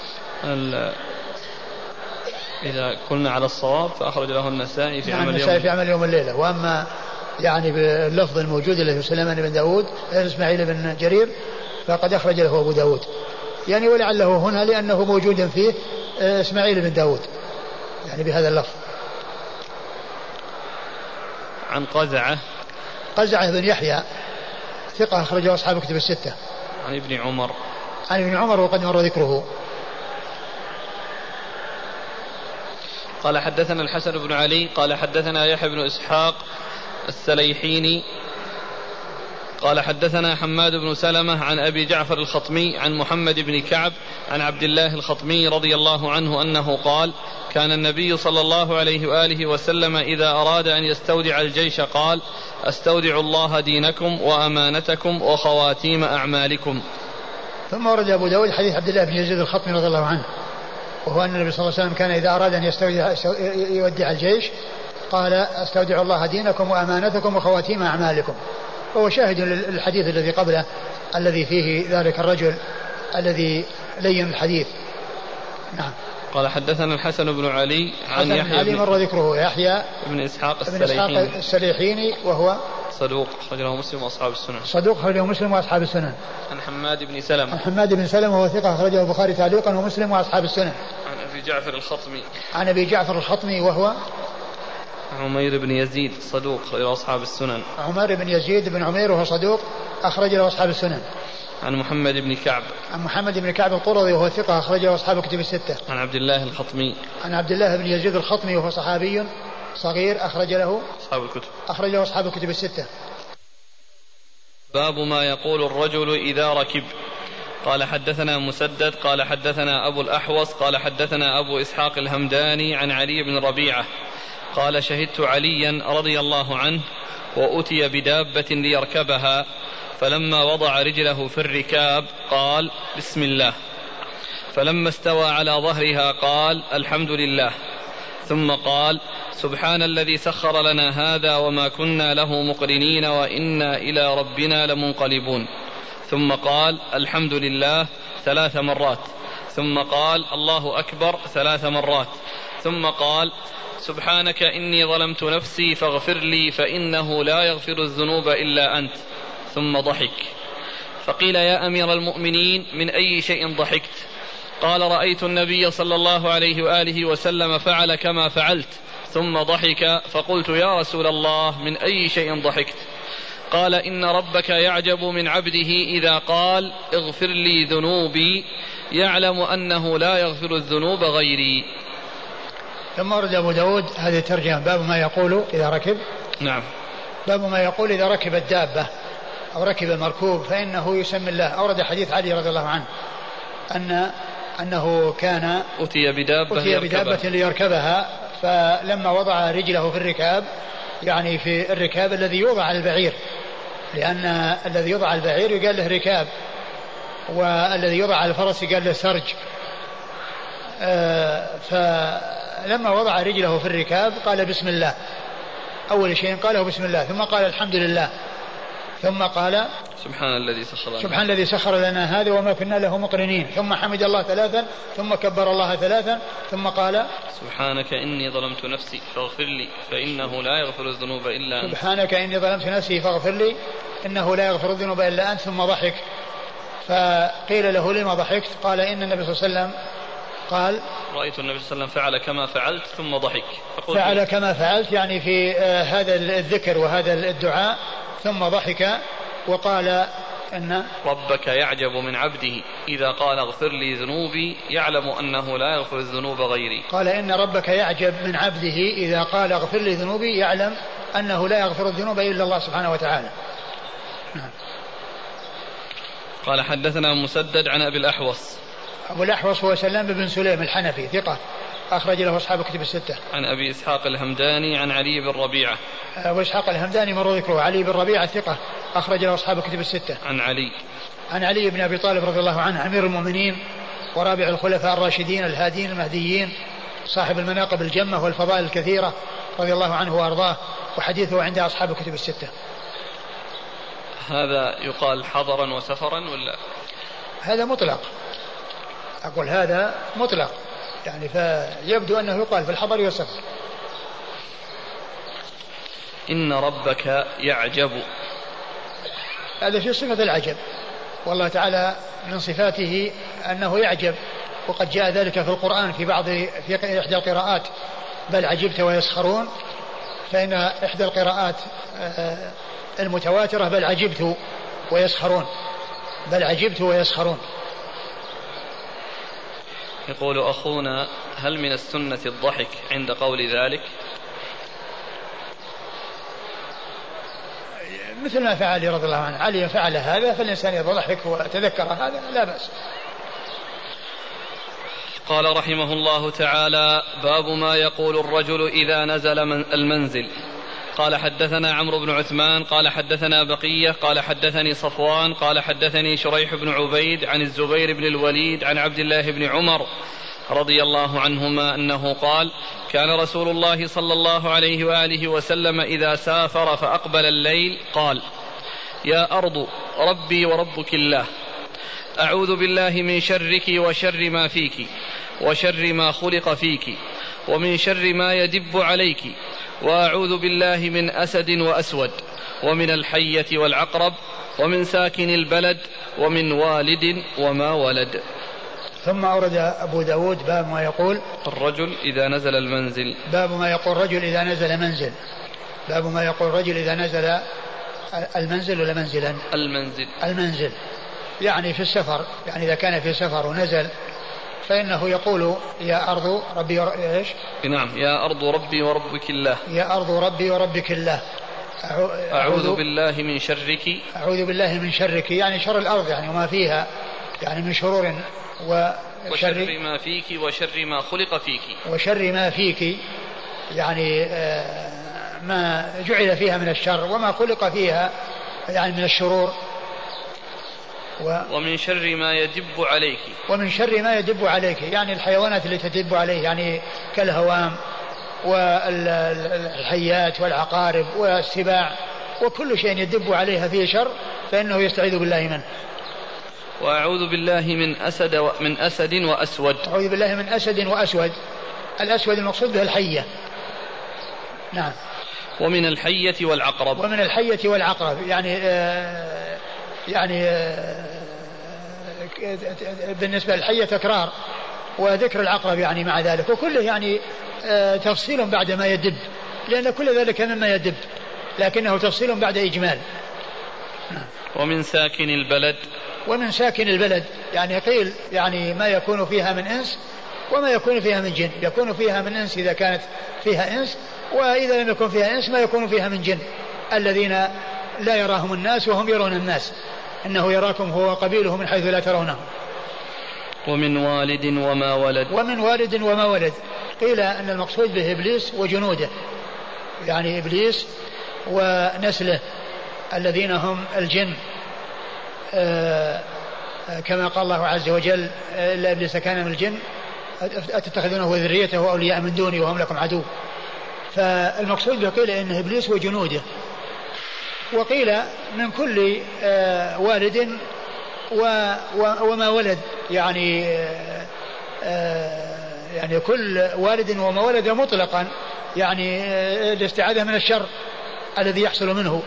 إذا كنا على الصواب فأخرج له النسائي في عمل النسائي في عمل يوم الليلة. وأما يعني باللفظ الموجود الذي سليمان بن داود إسماعيل بن جرير فقد أخرج له أبو داود، يعني ولعله هنا لأنه موجود فيه إسماعيل بن داود يعني بهذا اللفظ. عن قزعة قزعة بن يحيى ثقة أخرجه أصحاب كتب الستة. عن ابن عمر عن ابن عمر وقد مر ذكره. قال حدثنا الحسن بن علي قال حدثنا يحيى بن إسحاق السليحيني قال حدثنا حماد بن سلمة عن أبي جعفر الخطمي عن محمد بن كعب عن عبد الله الخطمي رضي الله عنه أنه قال كان النبي صلى الله عليه وآله وسلم إذا أراد أن يستودع الجيش قال أستودع الله دينكم وأمانتكم وخواتيم أعمالكم. ثم ورد أبو داود حديث عبد الله بن يزيد الخطمي رضي الله عنه، وهو أن النبي صلى الله عليه وسلم كان إذا أراد أن يستودع يودع الجيش قال أستودع الله دينكم وأمانتكم وخواتيم أعمالكم. وهو شاهد للحديث الذي قبله الذي فيه ذلك الرجل الذي لين الحديث. نعم. قال حدثنا الحسن بن علي عن يحيى بن مر ذكره يحيى بن إسحاق السليحيني, السليحيني وهو صدوق أخرجه مسلم وأصحاب السنن. صدوق أخرجه مسلم وأصحاب السنن. عن حماد بن سلمة عن حماد بن سلمة وهو ثقة أخرجه البخاري تعليقا ومسلم وأصحاب السنن. عن أبي جعفر الخطمي عن أبي جعفر الخطمي وهو عمير بن يزيد صدوق إلى أصحاب السنن. عمير بن يزيد بن عمير وهو صدوق أخرج له أصحاب السنن. عن محمد بن كعب عن محمد بن كعب القرظي وهو ثقة أخرج له أصحاب الكتب الستة. عن عبد الله الخطمي عن عبد الله بن يزيد الخطمي وهو صحابي صغير أخرج له أصحاب الكتب أخرج له أصحاب الكتب الستة. باب ما يقول الرجل إذا ركب. قال حدثنا مسدد قال حدثنا أبو الأحوص قال حدثنا أبو إسحاق الهمداني عن علي بن ربيعة قال شهدت عليا رضي الله عنه وأتي بدابة ليركبها فلما وضع رجله في الركاب قال بسم الله، فلما استوى على ظهرها قال الحمد لله، ثم قال سبحان الذي سخر لنا هذا وما كنا له مقرنين وإنا إلى ربنا لمنقلبون، ثم قال الحمد لله ثلاث مرات، ثم قال الله أكبر ثلاث مرات، ثم قال سبحانك إني ظلمت نفسي فاغفر لي فإنه لا يغفر الذنوب إلا أنت، ثم ضحك. فقيل يا أمير المؤمنين من أي شيء ضحكت؟ قال رأيت النبي صلى الله عليه وآله وسلم فعل كما فعلت، ثم ضحك، فقلت يا رسول الله من أي شيء ضحكت؟ قال إن ربك يعجب من عبده إذا قال اغفر لي ذنوبي يعلم أنه لا يغفر الذنوب غيري. ثم ورد أبو داود هذه الترجمة باب ما يقول إذا ركب. نعم. باب ما يقول إذا ركب الدابة أو ركب المركوب فإنه يسمي الله. أورد حديث علي رضي الله عنه أن أنه كان أتي بدابة, أتي بدابة ليركبها، فلما وضع رجله في الركاب يعني في الركاب الذي يوضع البعير، لأن الذي يوضع البعير يقال له ركاب، والذي يوضع الفرس يقال له سرج. فلما وضع رجله في الركاب قال بسم الله، أول شيء قاله بسم الله، ثم قال الحمد لله، ثم قال سبحان الذي سخر لنا سبحان الذي سخر لنا هذا وما كنا له مقرنين، ثم حمد الله ثلاثا، ثم كبر الله ثلاثا، ثم قال سبحانك إني ظلمت نفسي فاغفر لي فإنه لا يغفر الذنوب إلا أنت. سبحانك إني ظلمت نفسي فاغفر لي إنه لا يغفر الذنوب إلا أنت. ثم ضحك، فقيل له لما ضحكت؟ قال إن النبي صلى الله عليه وسلم قال رأيت النبي صلى الله عليه وسلم فعل كما فعلت ثم ضحك. فعل كما فعلت يعني في آه هذا الذكر وهذا الدعاء ثم ضحك وقال أن ربك يعجب من عبده إذا قال اغفر لي ذنوبي يعلم أنه لا يغفر الذنوب غيري. قال إن ربك يعجب من عبده إذا قال اغفر لي ذنوبي يعلم أنه لا يغفر الذنوب إلا الله سبحانه وتعالى. نعم. قال حدثنا مسدد عن أبي الأحوص. أبو الأحوص هو سلام بن سليم الحنفي ثقة أخرج له أصحاب الكتب الستة. عن أبي إسحاق الهمداني عن علي بن ربيعة. أبو إسحاق الهمداني مر ذكره. علي بن ربيعة ثقة أخرج له أصحاب الكتب الستة. عن علي عن علي بن أبي طالب رضي الله عنه أمير المؤمنين ورابع الخلفاء الراشدين الهادين المهديين صاحب المناقب الجمة والفضائل الكثيرة رضي الله عنه وأرضاه وحديثه عند أصحاب الكتب الستة. هذا يقال حضرا وسفرا ولا؟ هذا مطلق. أقول هذا مطلق يعني فيبدو أنه يقال في الحضر والسفر. إن ربك يعجب هذا في صفة العجب والله تعالى من صفاته أنه يعجب وقد جاء ذلك في القرآن في بعض في إحدى القراءات بل عجبت ويسخرون فإن إحدى القراءات المتواترة بل عجبت ويسخرون بل عجبت ويسخرون. يقول أخونا هل من السنة الضحك عند قول ذلك؟ مثل ما فعل رضي الله عنه علي فعل هذا فالإنسان يضحك وتذكر هذا لا بأس. قال رحمه الله تعالى باب ما يقول الرجل إذا نزل من المنزل. قال حدثنا عمرو بن عثمان قال حدثنا بقية قال حدثني صفوان قال حدثني شريح بن عبيد عن الزبير بن الوليد عن عبد الله بن عمر رضي الله عنهما أنه قال كان رسول الله صلى الله عليه وآله وسلم إذا سافر فأقبل الليل قال يا أرض ربي وربك الله أعوذ بالله من شرك وشر ما فيك وشر ما خلق فيك ومن شر ما يدب عليك وأعوذ بالله من أسد وأسود ومن الحية والعقرب ومن ساكن البلد ومن والد وما ولد. ثم أورد أبو داود باب ما يقول الرجل إذا نزل المنزل. باب ما يقول الرجل إذا نزل منزل. باب ما يقول الرجل إذا نزل المنزل ولا منزلا المنزل المنزل يعني في السفر يعني إذا كان في سفر ونزل فإنه يقول يا أرض ربي ور... إيش؟ نعم يا أرض ربي وربك الله يا أرض ربي وربك الله أعوذ, أعوذ بالله من شرك أعوذ بالله من شرك يعني شر الأرض يعني وما فيها يعني من شرور وشر, وشر ما فيك وشر ما خلق فيك وشر ما فيك يعني ما جعل فيها من الشر وما خلق فيها يعني من الشرور و ومن شر ما يدب عليك ومن شر ما يدب عليك يعني الحيوانات اللي تدب عليه يعني كالهوام والحيات والعقارب والسباع وكل شيء يدب عليها فيه شر فإنه يستعيذ بالله منه. وأعوذ بالله من أسد من أسد وأسود. أعوذ بالله من أسد وأسود. الأسود المقصود به الحية. نعم. ومن الحية والعقرب. ومن الحية والعقرب يعني آه يعني آه بالنسبة للحية تكرار وذكر العقرب يعني مع ذلك وكله يعني آه تفصيل بعد ما يدب لأن كل ذلك مما يدب لكنه تفصيل بعد إجمال. نعم. ومن ساكن البلد. ومن ساكن البلد يعني قيل يعني ما يكون فيها من إنس وما يكون فيها من جن. يكون فيها من إنس إذا كانت فيها إنس وإذا لم يكن فيها إنس ما يكون فيها من جن الذين لا يراهم الناس وهم يرون الناس إنه يراكم هو قبيله من حيث لا ترونه. ومن والد وما ولد. ومن والد وما ولد قيل أن المقصود به إبليس وجنوده يعني إبليس ونسله الذين هم الجن آه كما قال الله عز وجل إلا إبليس كان من الجن أتتخذونه وذريته أولياء من دوني وهم لكم عدو. فالمقصود به قيل إنه إبليس وجنوده وقيل من كل آه والد و وما ولد يعني آه يعني كل والد وما ولد مطلقا يعني آه الاستعاذة من الشر الذي يحصل منه.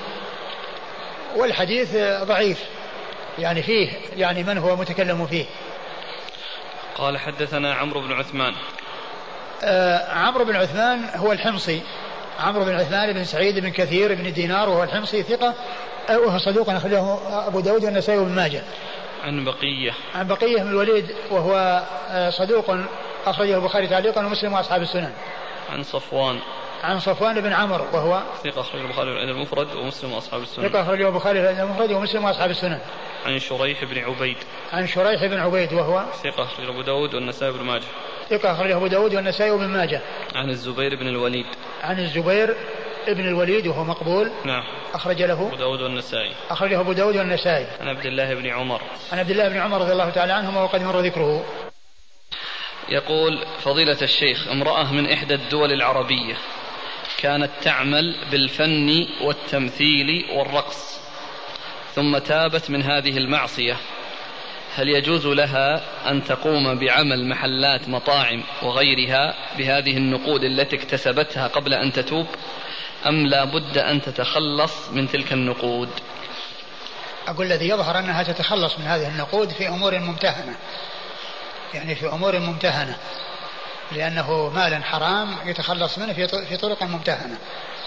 والحديث ضعيف يعني فيه يعني من هو متكلم فيه. قال حدثنا عمرو بن عثمان. آه عمرو بن عثمان هو الحمصي، عمرو بن عثمان بن سعيد بن كثير بن دينار، وهو الحمصي ثقة، وهو صدوق أخرجه أبو داود والنسائي وابن ماجه. عن بقية عن بقية من الوليد وهو صدوق أخرجه البخاري تعليقا ومسلم وأصحاب السنن. عن صفوان عن صفوان بن عمرو وهو ثقة أخرجه البخاري في المفرد ومسلم وأصحاب السنن. ثقة أخرجه البخاري في المفرد ومسلم وأصحاب السنن. عن شريح بن عبيد عن شريح بن عبيد وهو ثقة أخرجه أبو داود والنسائي وابن ماجه. ثقة أخرجه أبو داود والنسائي وابن ماجه. عن الزبير بن الوليد عن الزبير ابن الوليد وهو مقبول. نعم. أخرج له أبو داود والنسائي. أخرجه أبو داود والنسائي. عن عبد الله بن عمر عن عبد الله بن عمر رضي الله تعالى عنهما وقد مر ذكره. يقول فضيلة الشيخ: امرأة من إحدى الدول العربية كانت تعمل بالفن والتمثيل والرقص ثم تابت من هذه المعصية، هل يجوز لها أن تقوم بعمل محلات مطاعم وغيرها بهذه النقود التي اكتسبتها قبل أن تتوب، أم لا بد أن تتخلص من تلك النقود؟ أقول الذي يظهر أنها تتخلص من هذه النقود في أمور ممتهنة، يعني في أمور ممتهنة، لأنه مال حرام يتخلص منه في طرق ممتهنة.